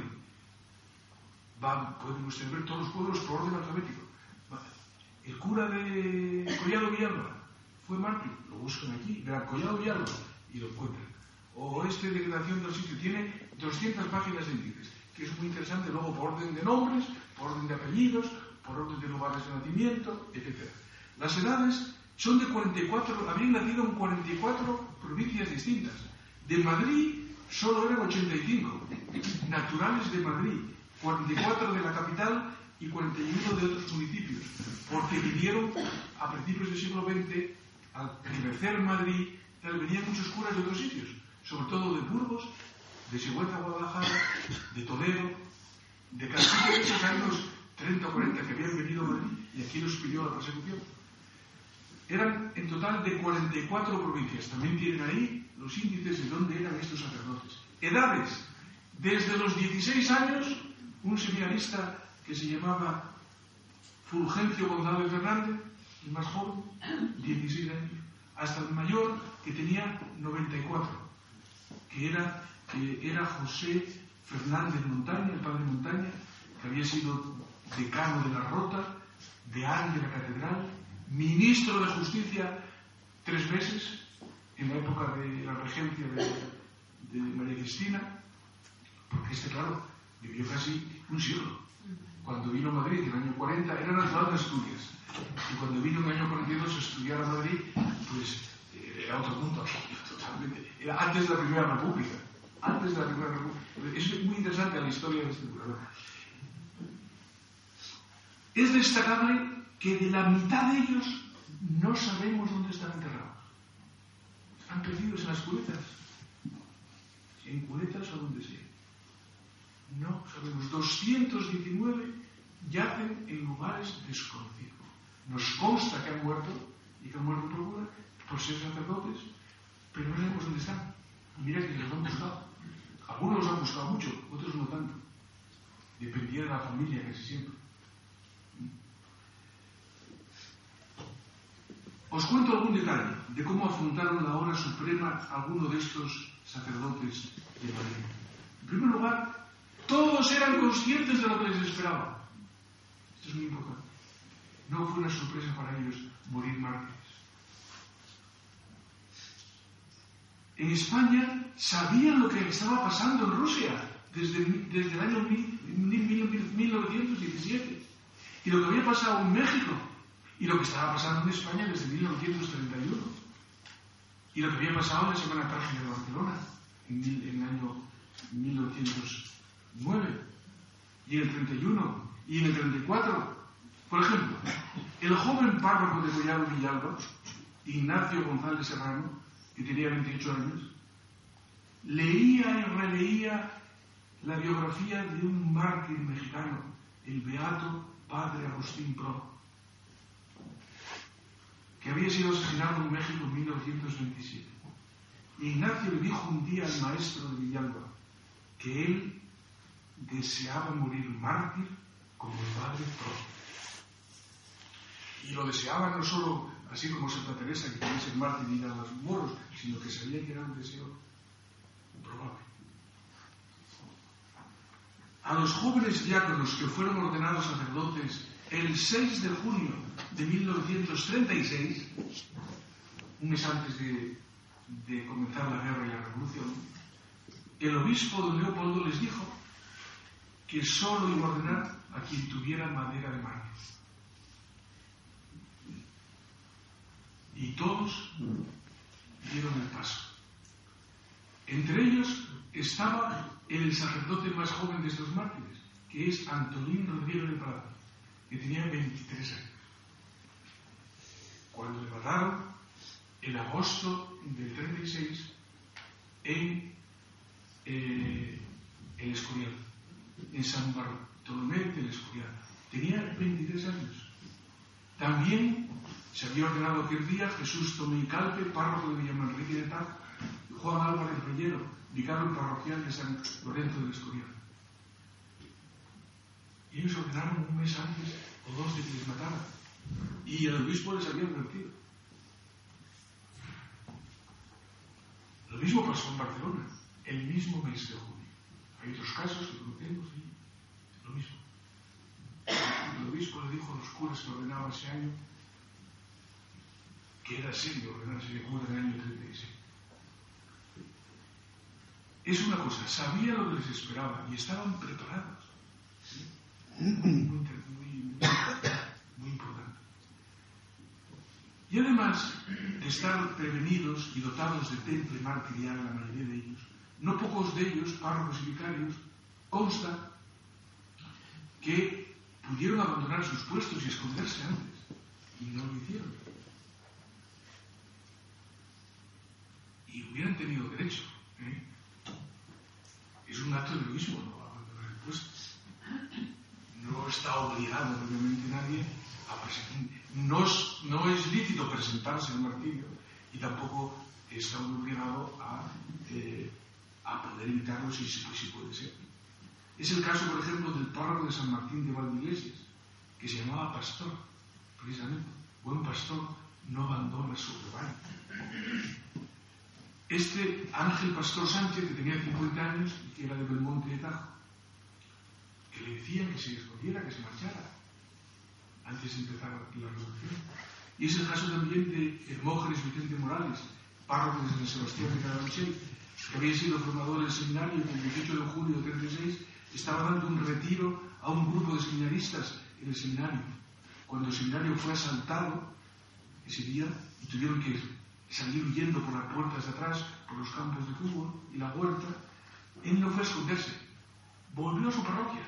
Van, pueden ustedes ver todos los pueblos por orden alfabético. El cura de Collado Villalba fue mártir, lo buscan aquí, verán Collado Villalba y lo encuentran. O este de creación del sitio tiene doscientas páginas de índices, que es muy interesante, luego por orden de nombres, por orden de apellidos, por orden de lugares de nacimiento, etcétera. Las edades son de cuarenta y cuatro, habían nacido en cuarenta y cuatro provincias distintas. De Madrid solo eran ochenta y cinco, naturales de Madrid, cuarenta y cuatro de la capital y cuarenta y uno de otros municipios, porque vinieron a principios del siglo veinte, al crecer Madrid, venían muchos curas de otros sitios, sobre todo de Burgos, de Sigüenza, Guadalajara, de Toledo, de Castilla, de esos años treinta o cuarenta que habían venido a Madrid, y aquí los pidió la persecución. Eran en total de cuarenta y cuatro provincias. También tienen ahí los índices de dónde eran estos sacerdotes. Edades, desde los dieciséis años, un seminarista que se llamaba Fulgencio González Fernández, el más joven, dieciséis años, hasta el mayor, que tenía noventa y cuatro, que era, que era José Fernández Montaña, el padre Montaña, que había sido decano de la Rota, deán de la Catedral, ministro de Justicia tres meses, en la época de la regencia de, de María Cristina, porque este, claro, vivió casi un siglo. Cuando vino a Madrid en el año cuarenta, era natural de Asturias. Y cuando vino en el año cuarenta y dos a estudiar a Madrid, pues era otro mundo, totalmente. Era antes de la Primera República. Antes de la Primera República. Es muy interesante la historia de este curador. Es destacable que de la mitad de ellos no sabemos dónde están enterrados. Están perdidos en las cunetas. En cunetas o donde sea. No sabemos. doscientos diecinueve yacen en lugares desconocidos. Nos consta que han muerto y que han muerto por cura, por ser sacerdotes, pero no sabemos dónde están. Mira que los han buscado. Algunos los han buscado mucho, otros no tanto. Dependía de la familia casi siempre. Os cuento algún detalle de cómo afrontaron la hora suprema algunos de estos sacerdotes de Madrid. En primer lugar, todos eran conscientes de lo que les esperaba. Esto es muy importante. No fue una sorpresa para ellos morir mártires. En España sabían lo que estaba pasando en Rusia desde, desde el año mil novecientos diecisiete y lo que había pasado en México y lo que estaba pasando en España desde mil novecientos treinta y uno y lo que había pasado en la Semana Trágica de Barcelona en, en el año mil novecientos nueve y en el treinta y uno y en el treinta y cuatro. Por ejemplo, el joven párroco de Collado Villalba, Ignacio González Serrano, que tenía veintiocho años, leía y releía la biografía de un mártir mexicano, el beato padre Agustín Pro, que había sido asesinado en México en mil novecientos veintisiete. Ignacio le dijo un día al maestro de Villalba que él deseaba morir mártir como el padre Pro. Y lo deseaba no solo así como Santa Teresa, que quería ser mártir y ir a los moros, sino que sabía que era un deseo probable. A los jóvenes diáconos que fueron ordenados sacerdotes el seis de junio de mil novecientos treinta y seis, un mes antes de, de comenzar la guerra y la revolución, el obispo don Leopoldo les dijo que solo iba a ordenar a quien tuviera madera de mártir. Y todos dieron el paso. Entre ellos estaba el sacerdote más joven de estos mártires, que es Antolín Rodrigo de Prado, que tenía veintitrés años. Cuando le mataron, en agosto del treinta y seis, en eh, el Escorial, en San Bartolomé del Escorial. Tenía veintitrés años. También se había ordenado aquel día Jesús Tomé y Calpe, párroco de Villamanrique de Paz, y Juan Álvarez Reyero, vicario parroquial de San Lorenzo del Escorial. Y ellos ordenaron un mes antes o dos de que les mataran. Y el obispo les había advertido. Lo mismo pasó en Barcelona, el mismo mes de junio. Hay otros casos que conocemos y lo mismo. El obispo le dijo a los curas que ordenaba ese año que era serio ordenar ese cura en el año treinta y seis. Es una cosa, sabía lo que les esperaba y estaban preparados. ¿Sí? Muy, muy, muy, muy importante. Y además de estar prevenidos y dotados de temple martirial, la mayoría de ellos, no pocos de ellos, párrocos y vicarios, consta que pudieron abandonar sus puestos y esconderse antes, y no lo hicieron. Y hubieran tenido derecho. ¿eh? Es un acto de heroísmo, no abandonar el puesto. No está obligado, obviamente, nadie a presentar. No es, no es lícito presentarse al martirio y tampoco está obligado a, eh, a poder evitarlo si, si, si puede ser. Es el caso, por ejemplo, del párroco de San Martín de Valdeiglesias, que se llamaba Pastor, precisamente. Buen pastor no abandona su rebaño. Este Ángel Pastor Sánchez, que tenía cincuenta años y que era de Belmonte de Tajo, que le decían que se escondiera, que se marchara, antes de empezar la revolución. Y es el caso también de Hermógenes Vicente Morales, párroco de San Sebastián de Carabanchel, que había sido formador del seminario y que el dieciocho de julio de treinta y seis estaba dando un retiro a un grupo de seminaristas en el seminario. Cuando el seminario fue asaltado ese día y tuvieron que salir huyendo por las puertas de atrás, por los campos de fútbol y la huerta, él no fue a esconderse, volvió a su parroquia.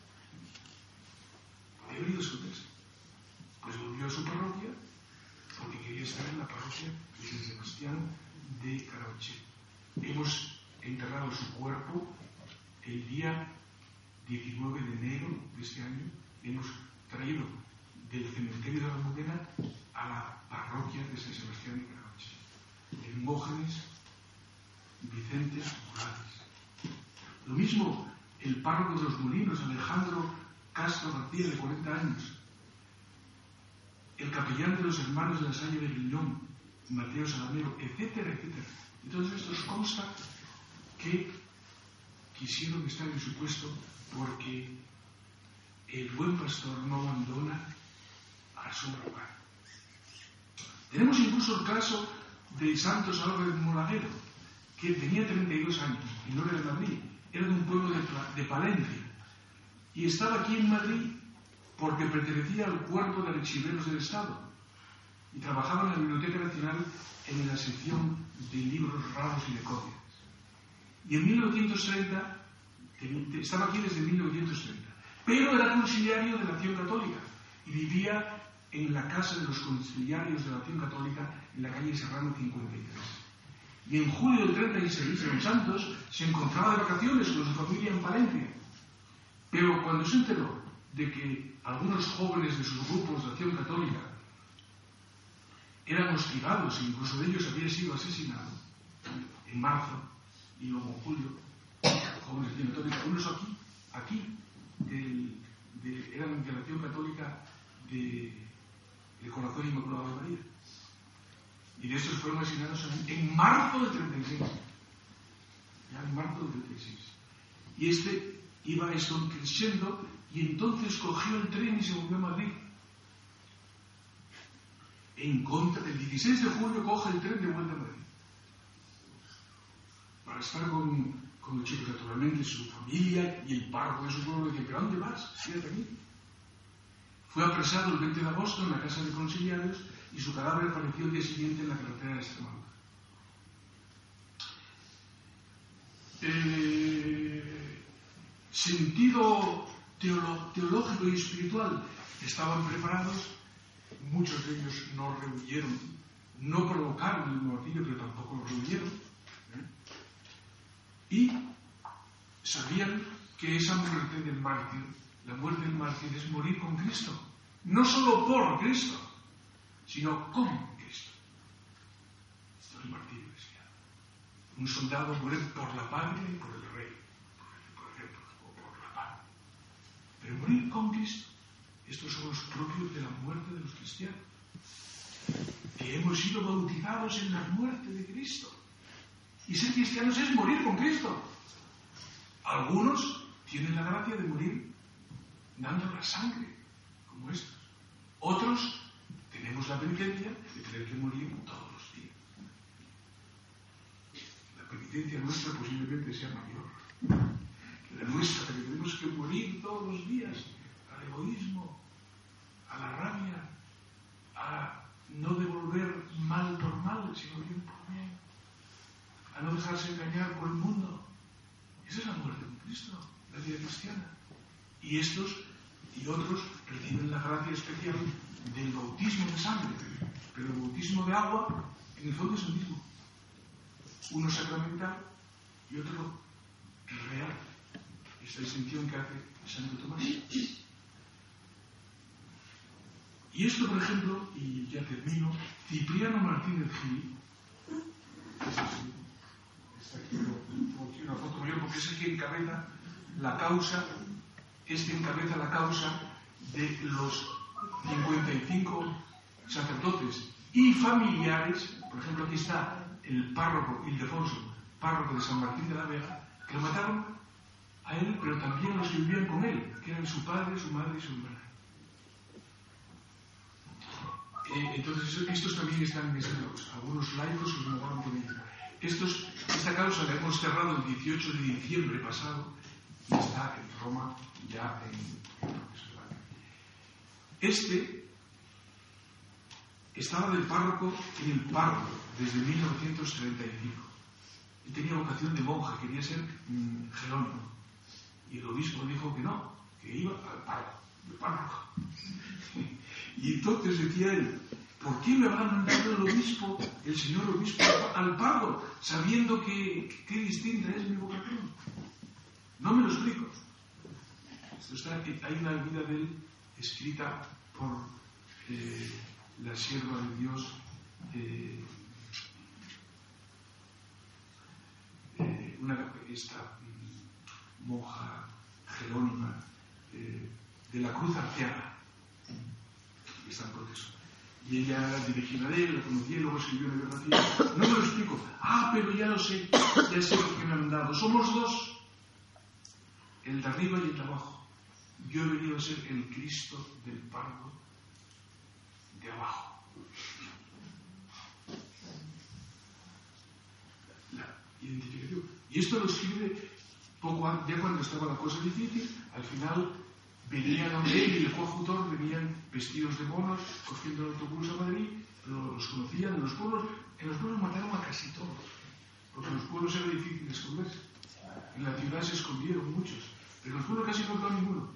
Había venido a esconderse. Pues volvió a su parroquia porque quería estar en la parroquia de San Sebastián de Carabanchel. Hemos enterrado su cuerpo el día diecinueve de enero de este año. Hemos traído del cementerio de la Almudena a la parroquia de San Sebastián de Carabanchel. Hermógenes Vicente Morales. Lo mismo el párroco de los Molinos, Alejandro Castro García, de cuarenta años. El capellán de los hermanos de la Salle de Griñón, Mateo Salamero, etcétera, etcétera. Entonces estos consta que quisieron estar en su puesto porque el buen pastor no abandona a su rebaño. Tenemos incluso el caso de Santos Álvarez Molaguero, que tenía treinta y dos años y no era de Madrid, era de un pueblo de, de Palencia y estaba aquí en Madrid porque pertenecía al cuerpo de archiveros del Estado y trabajaba en la Biblioteca Nacional en la sección de libros raros y de códices. Y en mil novecientos treinta, estaba aquí desde mil novecientos treinta, pero era conciliario de la Acción Católica y vivía en la casa de los conciliarios de la Acción Católica en la calle Serrano cincuenta y tres. Y en julio del treinta y seis, don Santos se encontraba de vacaciones con su familia en Palencia. Pero cuando se enteró de que algunos jóvenes de sus grupos de Acción Católica eran hostigados e incluso de ellos había sido asesinado en marzo y luego en julio, jóvenes de Acción Católica, unos aquí, aquí, del, de, eran de la Acción Católica de, del Corazón Inmaculado de María. Y de estos fueron asesinados en, en marzo del treinta y seis. Ya en marzo del treinta y seis. Y este iba esto creciendo y entonces cogió el tren y se volvió a Madrid. En contra, el dieciséis de julio coge el tren de vuelta a Madrid. Para estar con, con el chico, naturalmente, su familia y el párroco de su pueblo le decía, ¿pero a dónde vas? Quédate aquí. Fue apresado el veinte de agosto en la casa de conciliarios y su cadáver apareció el día siguiente en la carretera de Extremadura. Eh, sentido teolo, teológico y espiritual estaban preparados, muchos de ellos no rehuyeron, no provocaron el martirio, pero tampoco lo rehuyeron, ¿eh? Y sabían que esa muerte del mártir, la muerte del mártir es morir con Cristo, no solo por Cristo, sino con Cristo. Esto es el martirio cristiano. Un soldado muere por la patria y por el rey, por ejemplo, o por la paz. Pero morir con Cristo, estos son los propios de la muerte de los cristianos, que hemos sido bautizados en la muerte de Cristo. Y ser cristianos es morir con Cristo. Algunos tienen la gracia de morir dando la sangre, como estos. Otros tenemos la penitencia de tener que morir todos los días. La penitencia nuestra posiblemente sea mayor. La nuestra, que tenemos que morir todos los días al egoísmo, a la rabia, a no devolver mal por mal, sino bien por bien, a no dejarse engañar por el mundo. Esa es la muerte de Cristo, la vida cristiana. Y estos y otros reciben la gracia especial del bautismo de sangre, pero el bautismo de agua en el fondo es el mismo, uno sacramental y otro real. Esta distinción que hace Santo Tomás. Y esto, por ejemplo, y ya termino, Cipriano Martínez Gil, está aquí una foto mayor porque es el que encabeza la causa, este encabeza la causa de los cincuenta y cinco sacerdotes y familiares. Por ejemplo, aquí está el párroco Ildefonso, párroco de San Martín de la Vega, que lo mataron a él, pero también los que vivían con él, que eran su padre, su madre y su hermana. Eh, entonces, estos también están en esta causa. Algunos laicos los mataron con ellos. Estos, esta causa la hemos cerrado el dieciocho de diciembre pasado y está en Roma ya en... Este estaba del párroco en el párroco desde mil novecientos treinta y cinco. Él tenía vocación de monja, quería ser mmm, jerónimo. Y el obispo dijo que no, que iba al párroco, al párroco. Y entonces decía él, ¿por qué me habrá mandado el obispo, el señor obispo, al párroco, sabiendo que qué distinta es mi vocación? No me lo explico. Esto está, hay una vida de él escrita por eh, la sierva de Dios, eh, eh, una, esta mm, monja jerónima eh, de la Cruz Arteaga, que está en proceso. Y ella era dirigida de él, la conocía y luego escribió una biografía. No me lo explico. Ah, pero ya lo sé, ya sé lo que me han dado. Somos dos, el de arriba y el de abajo. Yo he venido a ser el Cristo del párroco de abajo. La identificación. Y esto lo escribe poco antes, ya cuando estaba la cosa difícil. Al final venían a él y el coadjutor venían vestidos de monos, cogiendo el autobús a Madrid, pero los conocían en los pueblos. En los pueblos mataron a casi todos, porque en los pueblos era difícil esconderse. En la ciudad se escondieron muchos, pero en los pueblos casi no quedó ninguno.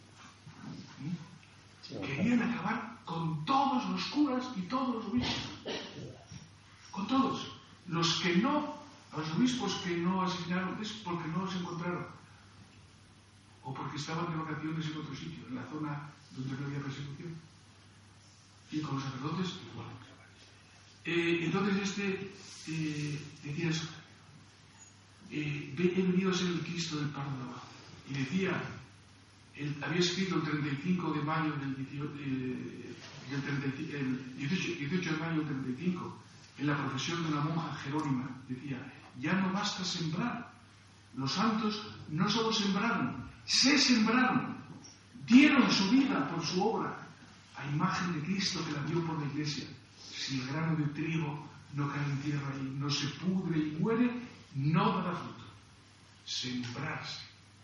Querían acabar con todos los curas y todos los obispos. Con todos. Los que no, a los obispos que no asesinaron es porque no los encontraron. O porque estaban de vacaciones en otro sitio, en la zona donde no había persecución. Y con los sacerdotes igual. Eh, entonces este eh, decía eso. Eh, he venido a ser el Cristo del párroco de abajo. Y decía, él había escrito el treinta y cinco de mayo del dieciocho, eh, el, treinta, el dieciocho, dieciocho de mayo del treinta y cinco, en la profesión de una monja jerónima. Decía, ya no basta sembrar. Los santos no solo sembraron, se sembraron, dieron su vida por su obra, a imagen de Cristo que la dio por la Iglesia. Si el grano de trigo no cae en tierra y no se pudre y muere, no dará fruto. Sembrarse.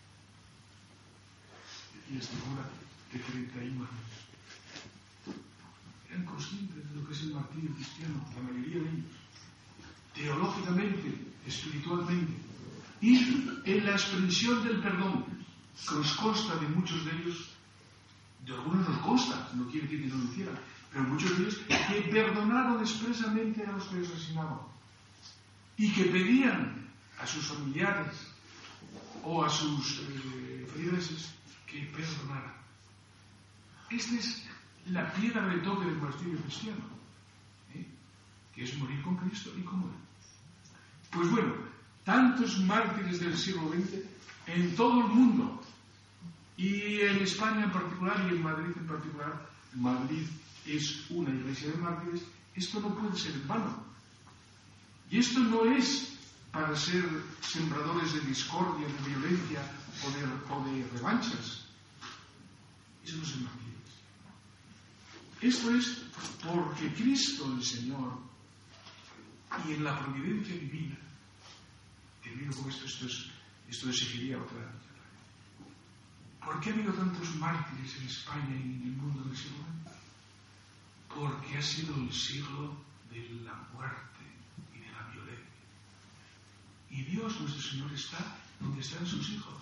Decía esta cura de treinta y un años. Eran conscientes de lo que es el martirio cristiano, la mayoría de ellos. Teológicamente, espiritualmente. Y en la expresión del perdón, que nos consta de muchos de ellos, de algunos nos consta, no quiere decir que no lo hicieran, pero muchos de ellos que perdonaron expresamente a los que les asesinaban y que pedían a sus familiares o a sus eh, feligreses que perdonaran. Esta es la piedra de toque del martirio cristiano, ¿eh? que es morir con Cristo y con él. Pues bueno, tantos mártires del siglo veinte en todo el mundo, y en España en particular y en Madrid en particular. Madrid es una iglesia de mártires. Esto no puede ser en vano. Y esto no es para ser sembradores de discordia, de violencia o de, o de revanchas. Eso no es el martirio. Esto es porque Cristo el Señor, y en la providencia divina, termino con esto, esto, es, esto exigiría otra. ¿Por qué ha habido tantos mártires en España y en el mundo del siglo veinte? Porque ha sido el siglo de la muerte y de la violencia. Y Dios, nuestro Señor, está donde están sus hijos.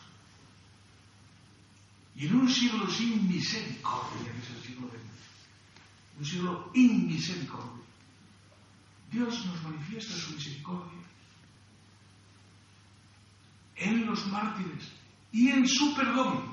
Y en un siglo sin misericordia, que es el siglo veinte, un siglo inmisericordia, Dios nos manifiesta su misericordia en los mártires y en su perdón.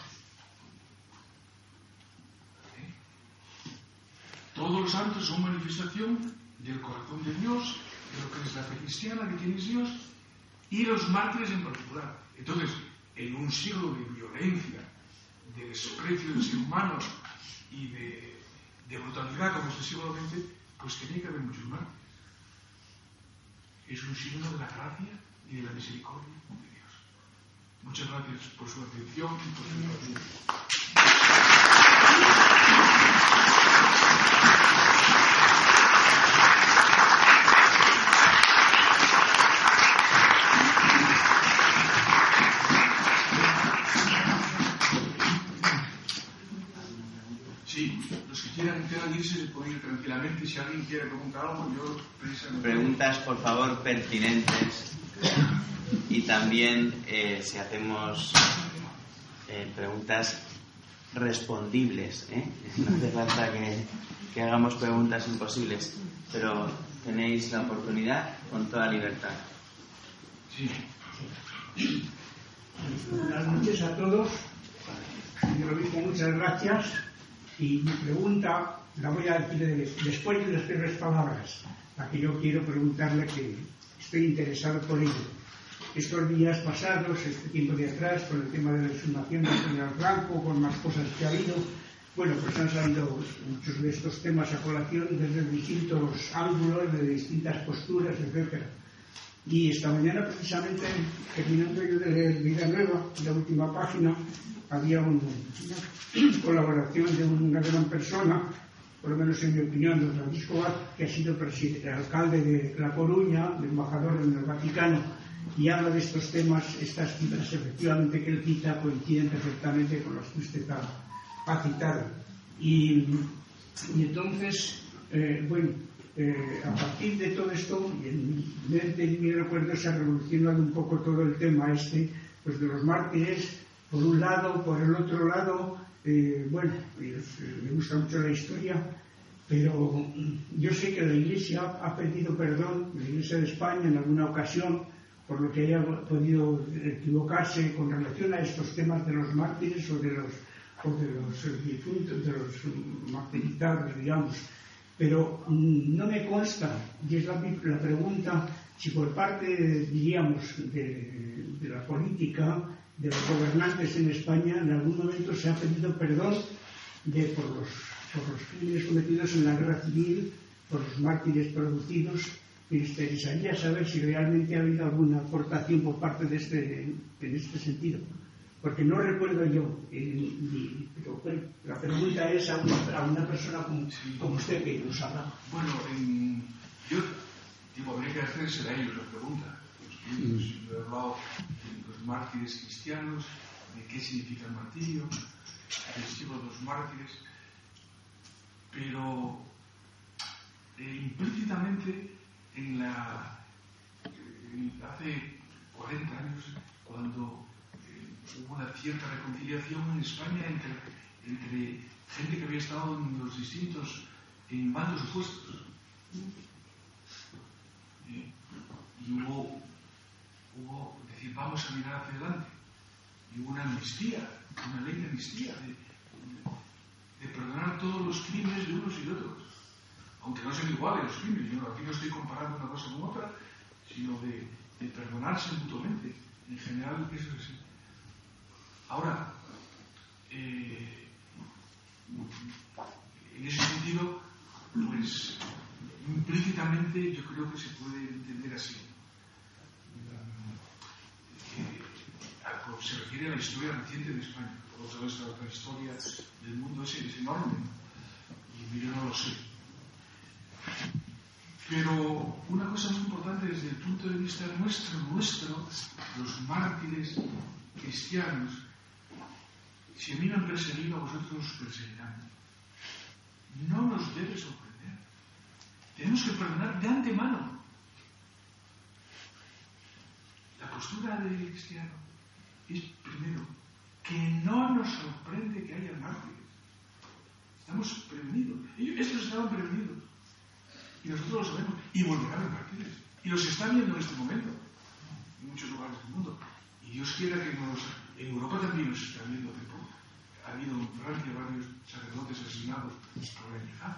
Todos los santos son manifestación del corazón de Dios, de lo que es la fe cristiana, de quién es Dios, y los mártires en particular. Entonces, en un siglo de violencia, de desprecio del ser humano y de, de brutalidad como es el siglo veinte, pues tenía que haber muchos mártires. Es un signo de la gracia y de la misericordia de Dios. Muchas gracias por su atención y por su ayuda. Se puede ir tranquilamente. Si alguien quiere preguntar algo, yo preguntas por favor pertinentes, y también eh, si hacemos eh, preguntas respondibles, ¿eh? No hace falta que, que hagamos preguntas imposibles, pero tenéis la oportunidad con toda libertad. Sí. Buenas noches a todos. Señor obispo, muchas gracias. Y mi pregunta la voy a decir después de las primeras palabras, la que yo quiero preguntarle, que estoy interesado por ello. Estos días pasados, este tiempo de atrás, con el tema de la exhumación del general Franco, con más cosas que ha habido, bueno, pues han salido muchos de estos temas a colación desde distintos ángulos, de distintas posturas, etcétera. Y esta mañana, precisamente, terminando yo de leer Vida Nueva, la última página, había un, una colaboración de una gran persona, por lo menos en mi opinión, don Francisco Vaz, que ha sido alcalde de La Coruña, de embajador en el Vaticano, y habla de estos temas. Estas cifras, efectivamente, que él cita coinciden perfectamente con las que usted ha, ha citado. Y, y entonces, eh, bueno, eh, a partir de todo esto, y en mi mente y mi recuerdo se ha revolucionado un poco todo el tema este, pues de los mártires, por un lado, por el otro lado. Eh, bueno, eh, me gusta mucho la historia, pero yo sé que la Iglesia ha pedido perdón, la Iglesia de España, en alguna ocasión, por lo que haya podido equivocarse con relación a estos temas de los mártires o de los, o de los difuntos, de los martirizados, digamos. Pero mm, no me consta, y es la, la pregunta, si por parte, diríamos, de, de la política, de los gobernantes en España, en algún momento se ha pedido perdón de, por, los, por los crímenes cometidos en la guerra civil por los mártires producidos. Me interesaría saber si realmente ha habido alguna aportación por parte de este, en este sentido, porque no recuerdo yo, eh, ni, pero bueno, la pregunta es a una, a una persona como, como usted que nos habla. Bueno, en, yo digo, habría que hacerse a ellos la pregunta. Los, yo he hablado de los mártires cristianos, de qué significa el martirio, del siglo de los mártires, pero eh, implícitamente en la en, hace cuarenta años, cuando eh, hubo una cierta reconciliación en España entre, entre gente que había estado en los distintos en bandos opuestos, eh, y hubo hubo decir, vamos a mirar hacia adelante, y hubo una amnistía, una ley de amnistía de, de, de perdonar todos los crímenes de unos y de otros, aunque no sean iguales los crímenes. Yo aquí no estoy comparando una cosa con otra, sino de, de perdonarse mutuamente. En general, eso es así. Ahora, eh, en ese sentido, pues implícitamente yo creo que se puede entender así. Se refiere a la historia reciente de España. Todos sabéis que la historia del mundo es, es enorme, y yo no lo sé. Pero una cosa muy importante desde el punto de vista nuestro, nuestro, los mártires cristianos, si a mí me han perseguido, a vosotros os perseguirán. No nos debe sorprender. Tenemos que perdonar de antemano. La postura del cristiano es, primero, que no nos sorprende que haya mártires. Estamos prevenidos. Ellos, estos estaban prevenidos. Y nosotros lo sabemos. Y volverán a haber mártires. Y los están viendo en este momento. En muchos lugares del mundo. Y Dios quiera que nos... En Europa también los están viendo. Ha habido en Francia varios sacerdotes asesinados por la yihad.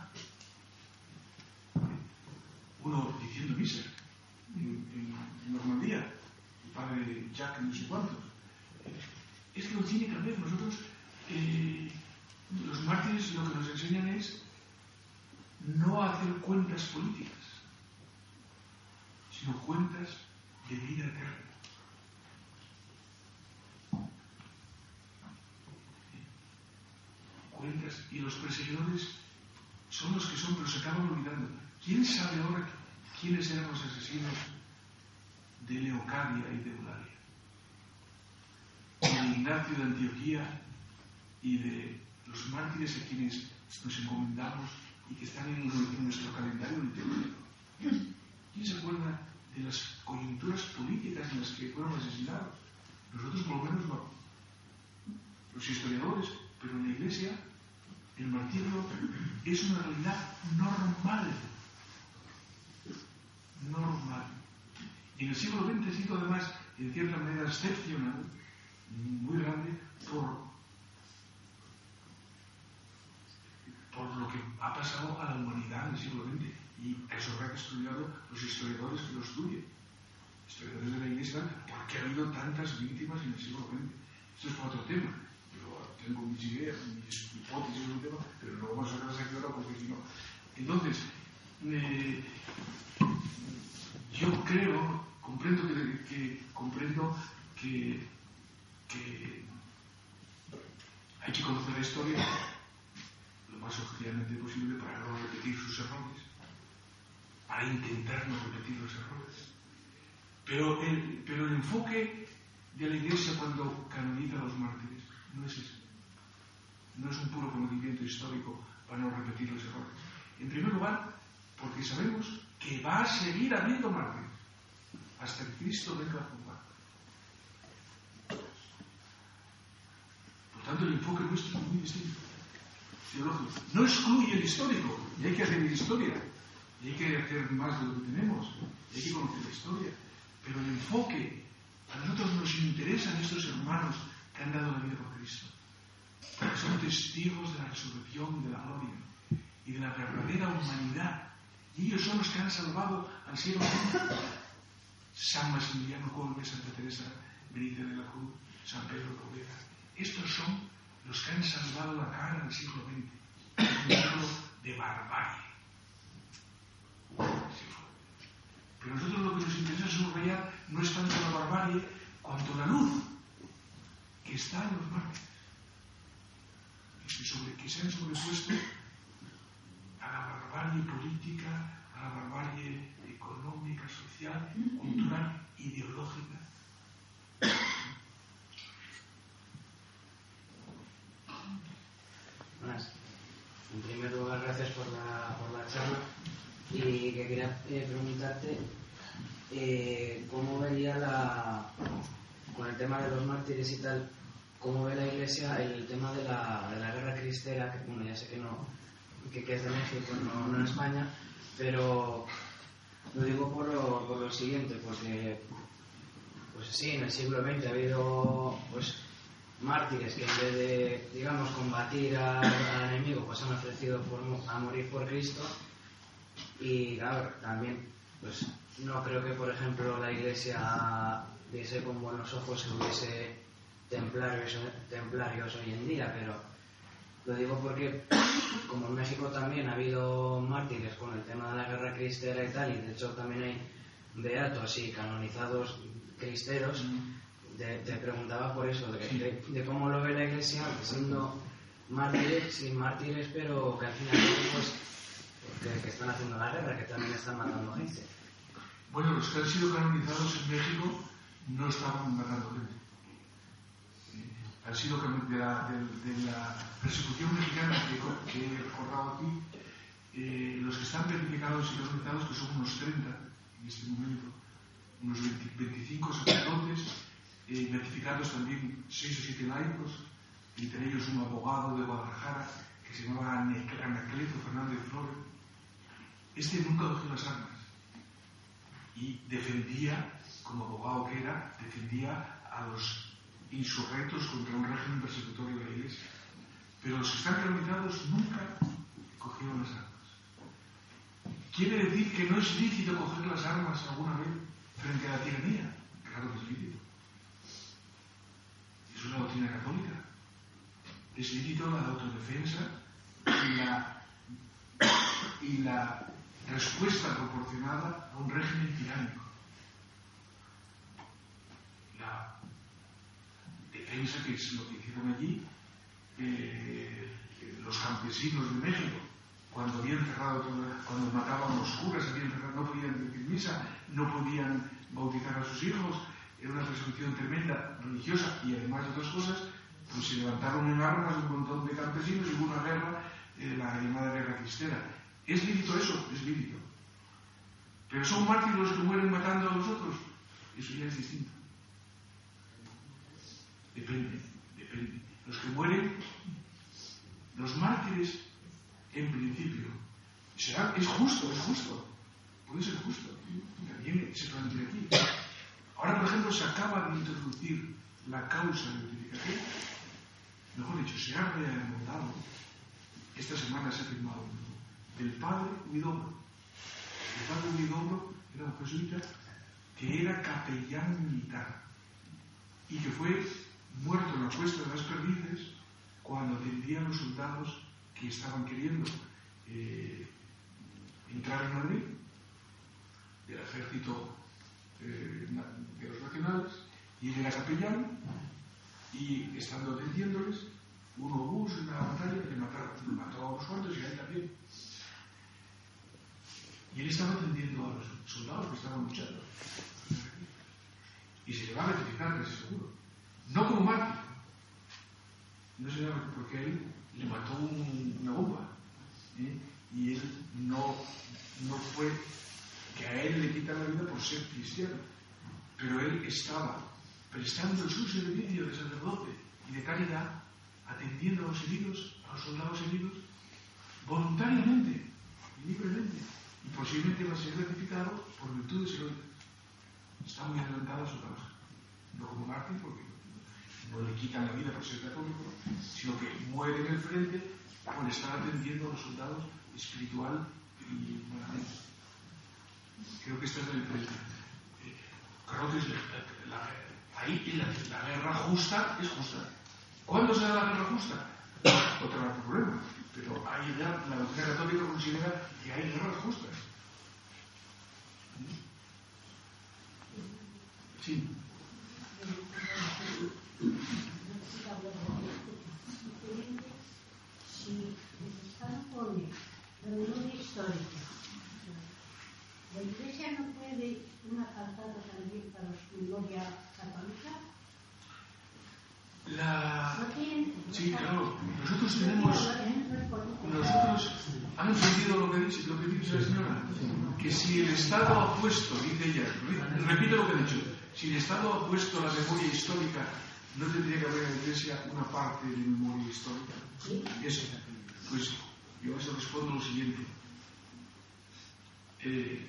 Uno diciendo misa. En, en, en Normandía. El padre Jacques no sé cuántos. Es que lo tiene que haber. Nosotros, eh, los mártires, lo que nos enseñan es no hacer cuentas políticas, sino cuentas de vida eterna. Cuentas, y los perseguidores son los que son, pero se acaban olvidando. ¿Quién sabe ahora quiénes eran los asesinos de Leocadia y de Eulalia? De Ignacio de Antioquía y de los mártires a quienes nos encomendamos y que están en, en nuestro calendario literario. ¿Quién se acuerda de las coyunturas políticas en las que fueron asesinados? Nosotros por lo menos no. Los historiadores, pero en la Iglesia el martirio es una realidad normal. Normal. Y en el siglo veinte ha sido además, en cierta manera, excepcional, muy grande, por, por lo que ha pasado a la humanidad en el siglo veinte. Y eso habrá que estudiarlo los historiadores que lo estudien. Historiadores de la Iglesia, ¿por qué ha habido tantas víctimas en el siglo veinte? Esto es otro tema. Yo tengo mis ideas, mis hipótesis sobre el tema, pero no vamos a sacarlas aquí ahora porque si no. Entonces, eh, yo creo, comprendo que, que comprendo que que hay que conocer la historia lo más objetivamente posible para no repetir sus errores, para intentar no repetir los errores. Pero el, pero el enfoque de la Iglesia cuando canoniza a los mártires no es ese. No es un puro conocimiento histórico para no repetir los errores. En primer lugar, porque sabemos que va a seguir habiendo mártires hasta que Cristo venga a juzgar. Por tanto, el enfoque nuestro es muy distinto. Teológico. No excluye el histórico, y hay que hacer historia, y hay que hacer más de lo que tenemos, y hay que conocer la historia. Pero el enfoque, a nosotros nos interesan estos hermanos que han dado la vida por Cristo, porque son testigos de la resurrección y de la gloria, y de la verdadera humanidad. Y ellos son los que han salvado al siglo veinte. San Maximiliano Kolbe, Santa Teresa Benítez de la Cruz, San Pedro Poveda. Estos son los que han salvado la cara del siglo veinte, un siglo de barbarie. Pero a nosotros lo que nos interesa subrayar no es tanto la barbarie cuanto la luz que está en los mártires, que, sobre, que se han sobrepuesto a la barbarie política, a la barbarie económica, social, cultural, ideológica. Buenas. En primer lugar, gracias por la, por la charla. Y que quería eh, preguntarte eh, cómo vería la, con el tema de los mártires y tal, cómo ve la Iglesia el tema de la, de la guerra cristera, que bueno, ya sé que no que, que es de México, no, no en España, pero lo digo por lo, por lo siguiente, porque pues sí, en el siglo veinte ha habido pues mártires que en vez de, digamos, combatir al, al enemigo, pues han ofrecido por, a morir por Cristo. Y claro, también pues no creo que, por ejemplo, la Iglesia viese con buenos ojos que hubiese templarios, templarios hoy en día, pero lo digo porque como en México también ha habido mártires con el tema de la guerra cristera y tal, y de hecho también hay beatos y canonizados cristeros, te, te preguntaba por eso, de, de, de cómo lo ve la Iglesia siendo mártires, sin mártires, pero que al final pues que, que están haciendo la guerra, que también están matando gente. Bueno, los que han sido canonizados en México no estaban matando gente. Eh, han sido de la, de, de la persecución mexicana que, que he recordado aquí, eh, los que están verificados y canonizados, que son unos treinta en este momento, unos veinte, veinticinco sacerdotes, eh, beatificados también seis o siete laicos, entre ellos un abogado de Guadalajara que se llamaba Anacleto Fernández Flores. Este nunca cogió las armas y defendía, como abogado que era, defendía a los insurrectos contra un régimen persecutorio de la Iglesia. Pero los que están canonizados nunca cogieron las armas. ¿Quiere decir que no es lícito coger las armas alguna vez frente a la tiranía? Claro que es lícito. Es una doctrina católica. Es lícito la autodefensa y la, y la respuesta proporcionada a un régimen tiránico. La defensa, que es lo que hicieron allí eh, los campesinos de México, cuando habían cerrado todo, cuando mataban a los curas, habían cerrado, no podían decir misa, no podían bautizar a sus hijos, era una persecución tremenda, religiosa, y además de otras cosas, pues se levantaron en armas un montón de campesinos y hubo una guerra, eh, la llamada guerra cristera. ¿Es lícito eso? Es lícito. ¿Pero son mártires los que mueren matando a los otros? Eso ya es distinto. Depende, depende. Los que mueren, los mártires, en principio, será, es justo, es justo. Puede ser justo. También se plantea aquí. Ahora, por ejemplo, se acaba de introducir la causa de utificación. Mejor dicho, se ha reanudado. Esta semana se ha firmado del padre Huidobro. El padre Huidobro era un jesuita que era capellán militar y que fue muerto en la cuesta de las Perdices cuando atendía a los soldados que estaban queriendo eh, entrar en Madrid del ejército eh, de los nacionales, y él era capellán y estando atendiéndoles, un obús en una batalla le mataron, le mató a unos cuantos y a él también. Y él estaba atendiendo a los soldados que estaban luchando. Y se le va a beatificar, casi seguro. No como mártir. No se le va a, porque él le mató un, una bomba. ¿eh? Y él no, no fue que a él le quitan la vida por ser cristiano. Pero él estaba prestando su servicio de sacerdote y de caridad, atendiendo a los heridos, a los soldados heridos, voluntariamente, libremente. Y posiblemente va a ser beatificado por virtudes heroicas. Está muy adelantada su causa. No como mártir, porque no le quitan la vida por ser católico, sino que muere en el frente por estar atendiendo a los soldados espiritual y humanamente. Creo que esta es la diferencia. Eh, creo que es la, la, ahí la, la guerra justa es justa. ¿Cuándo será la guerra justa? Otro problema. Pero ahí ya la doctrina católica considera que hay guerras justas. Sí. Si el Estado pone la memoria histórica, la Iglesia no puede una faltada también para su memoria católica. La... ¿No tienen? Sí, claro. Nosotros tenemos... Nosotros... ¿Han entendido lo que dice, lo que dice la señora? Que si el Estado ha puesto, dice ella, repito lo que ha dicho, si el Estado ha puesto la memoria histórica, ¿no tendría que haber en la Iglesia una parte de memoria histórica? Eso. Pues yo a eso respondo lo siguiente. Eh,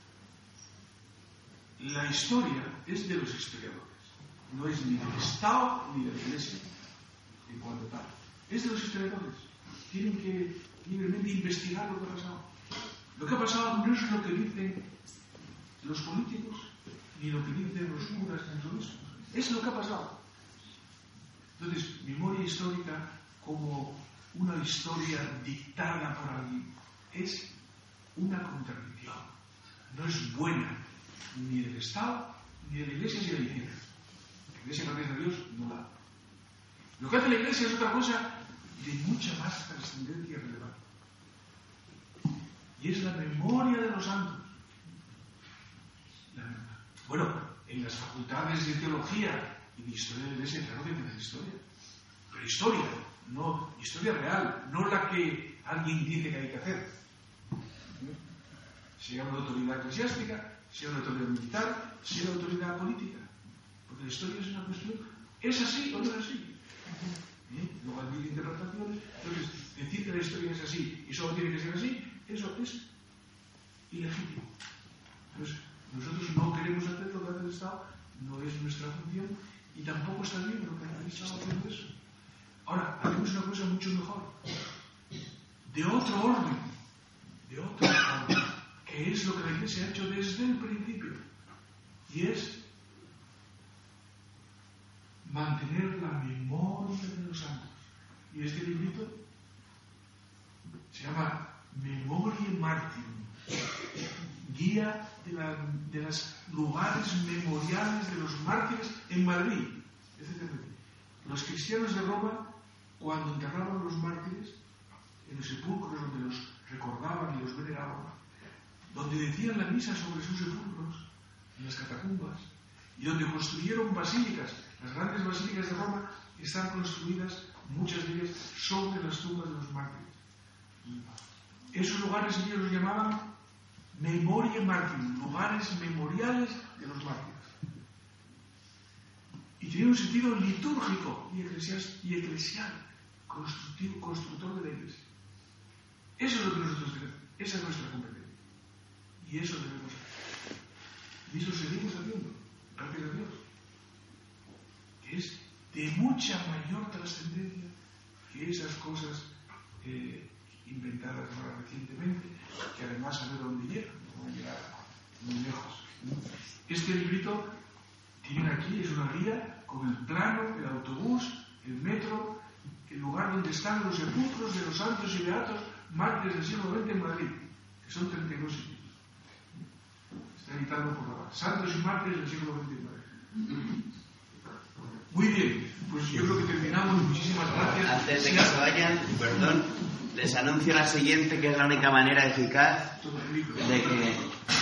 la historia es de los historiadores. No es ni del Estado ni de la Iglesia, en cuanto tal. Es de los historiadores. Tienen que libremente investigar lo que ha pasado. Lo que ha pasado no es lo que dicen los políticos, ni lo que dicen los curas ni los obispos. Es lo que ha pasado. Entonces, memoria histórica como una historia dictada por alguien es una contradicción. No es buena ni del Estado ni de la Iglesia si la hiciera. La Iglesia, gracias a Dios, no la. Lo que hace la Iglesia es otra cosa de mucha más trascendencia y relevancia. Y es la memoria de los santos. La... Bueno, en las facultades de teología y de historia de la Iglesia, claro que tienen historia. Pero historia, no, historia real, no la que alguien dice que hay que hacer. Sea una autoridad eclesiástica, sea una autoridad militar, sea una autoridad política. Porque la historia es una cuestión, ¿es así o no es así? ¿Eh? Luego hay mil interpretaciones. Entonces, decir que la historia es así y solo tiene que ser así, eso es ilegítimo. Entonces, nosotros no queremos hacer lo que hace el Estado, no es nuestra función y tampoco está bien lo que hace el Estado haciendo eso. Ahora, hacemos una cosa mucho mejor, de otro orden, de otro orden, que es lo que la Iglesia ha hecho desde el principio, y es mantener la memoria de los santos. Y este librito se llama Memoria Martyrum, guía de, la, de los lugares memoriales de los mártires en Madrid. Los cristianos de Roma, cuando enterraban a los mártires, en los sepulcros donde los recordaban y los veneraban, donde decían la misa sobre sus sepulcros, en las catacumbas, y donde construyeron basílicas. Las grandes basílicas de Roma están construidas, muchas de ellas, sobre las tumbas de los mártires. Esos lugares ellos los llamaban Memoria Martyrum, lugares memoriales de los mártires. Y tenía un sentido litúrgico y eclesial, y eclesial constructivo, constructor de la Iglesia. Eso es lo que nosotros tenemos, esa es nuestra competencia. Y eso debemos hacer. Y eso seguimos haciendo, gracias a Dios. Que es de mucha mayor trascendencia que esas cosas eh, inventadas ahora recientemente, que además a ver dónde llegan, no van a llegar muy lejos. Este librito tiene aquí, es una guía con el plano, el autobús, el metro, el lugar donde están los sepulcros de los santos y beatos mártires del siglo veinte en Madrid, que son treinta y dos sitios. Está editado por la Santos y Mártires del siglo veinte en Madrid. Muy bien, pues yo creo que terminamos. Muchísimas gracias. Antes de que se vayan, perdón, les anuncio la siguiente, que es la única manera eficaz de que...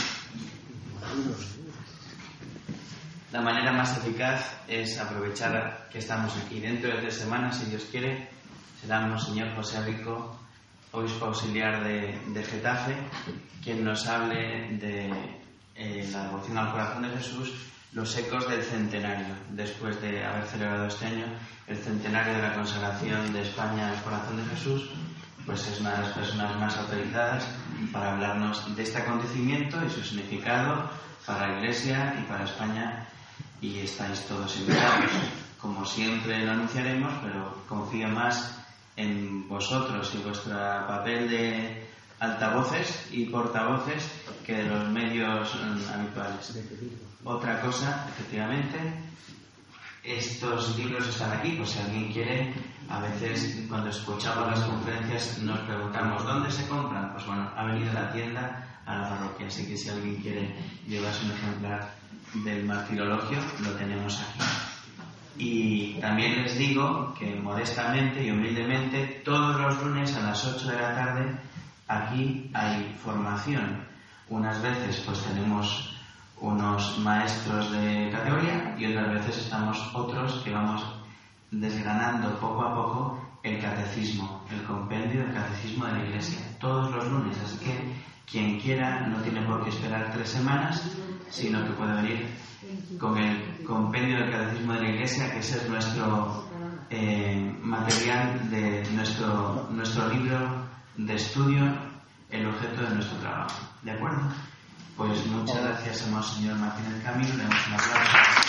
La manera más eficaz es aprovechar que estamos aquí. Dentro de tres semanas, si Dios quiere, será Monseñor José Rico, obispo auxiliar de, de Getafe, quien nos hable de eh, la devoción al corazón de Jesús, los ecos del centenario, después de haber celebrado este año el centenario de la consagración de España al corazón de Jesús. Pues es una de las personas más autorizadas para hablarnos de este acontecimiento y su significado para la Iglesia y para España. Y estáis todos invitados. Como siempre lo anunciaremos, pero confío más en vosotros y vuestro papel de altavoces y portavoces que de los medios um, habituales. Otra cosa, efectivamente, estos libros están aquí, pues si alguien quiere, a veces cuando escuchamos las conferencias nos preguntamos ¿dónde se compran? Pues bueno, ha venido la tienda a la parroquia, así que si alguien quiere llevarse un ejemplar, del martirologio lo tenemos aquí. Y también les digo que modestamente y humildemente todos los lunes a las ocho de la tarde aquí hay formación. Unas veces pues tenemos unos maestros de categoría y otras veces estamos otros que vamos desgranando poco a poco el catecismo, el compendio del catecismo de la Iglesia, todos los lunes. Así que quien quiera no tiene por qué esperar tres semanas, sino que puede venir con el compendio del catecismo de la Iglesia, que ese es nuestro eh, material, de nuestro, nuestro libro de estudio, el objeto de nuestro trabajo. ¿De acuerdo? Pues muchas gracias a Monseñor Martínez Camilo, le damos un aplauso.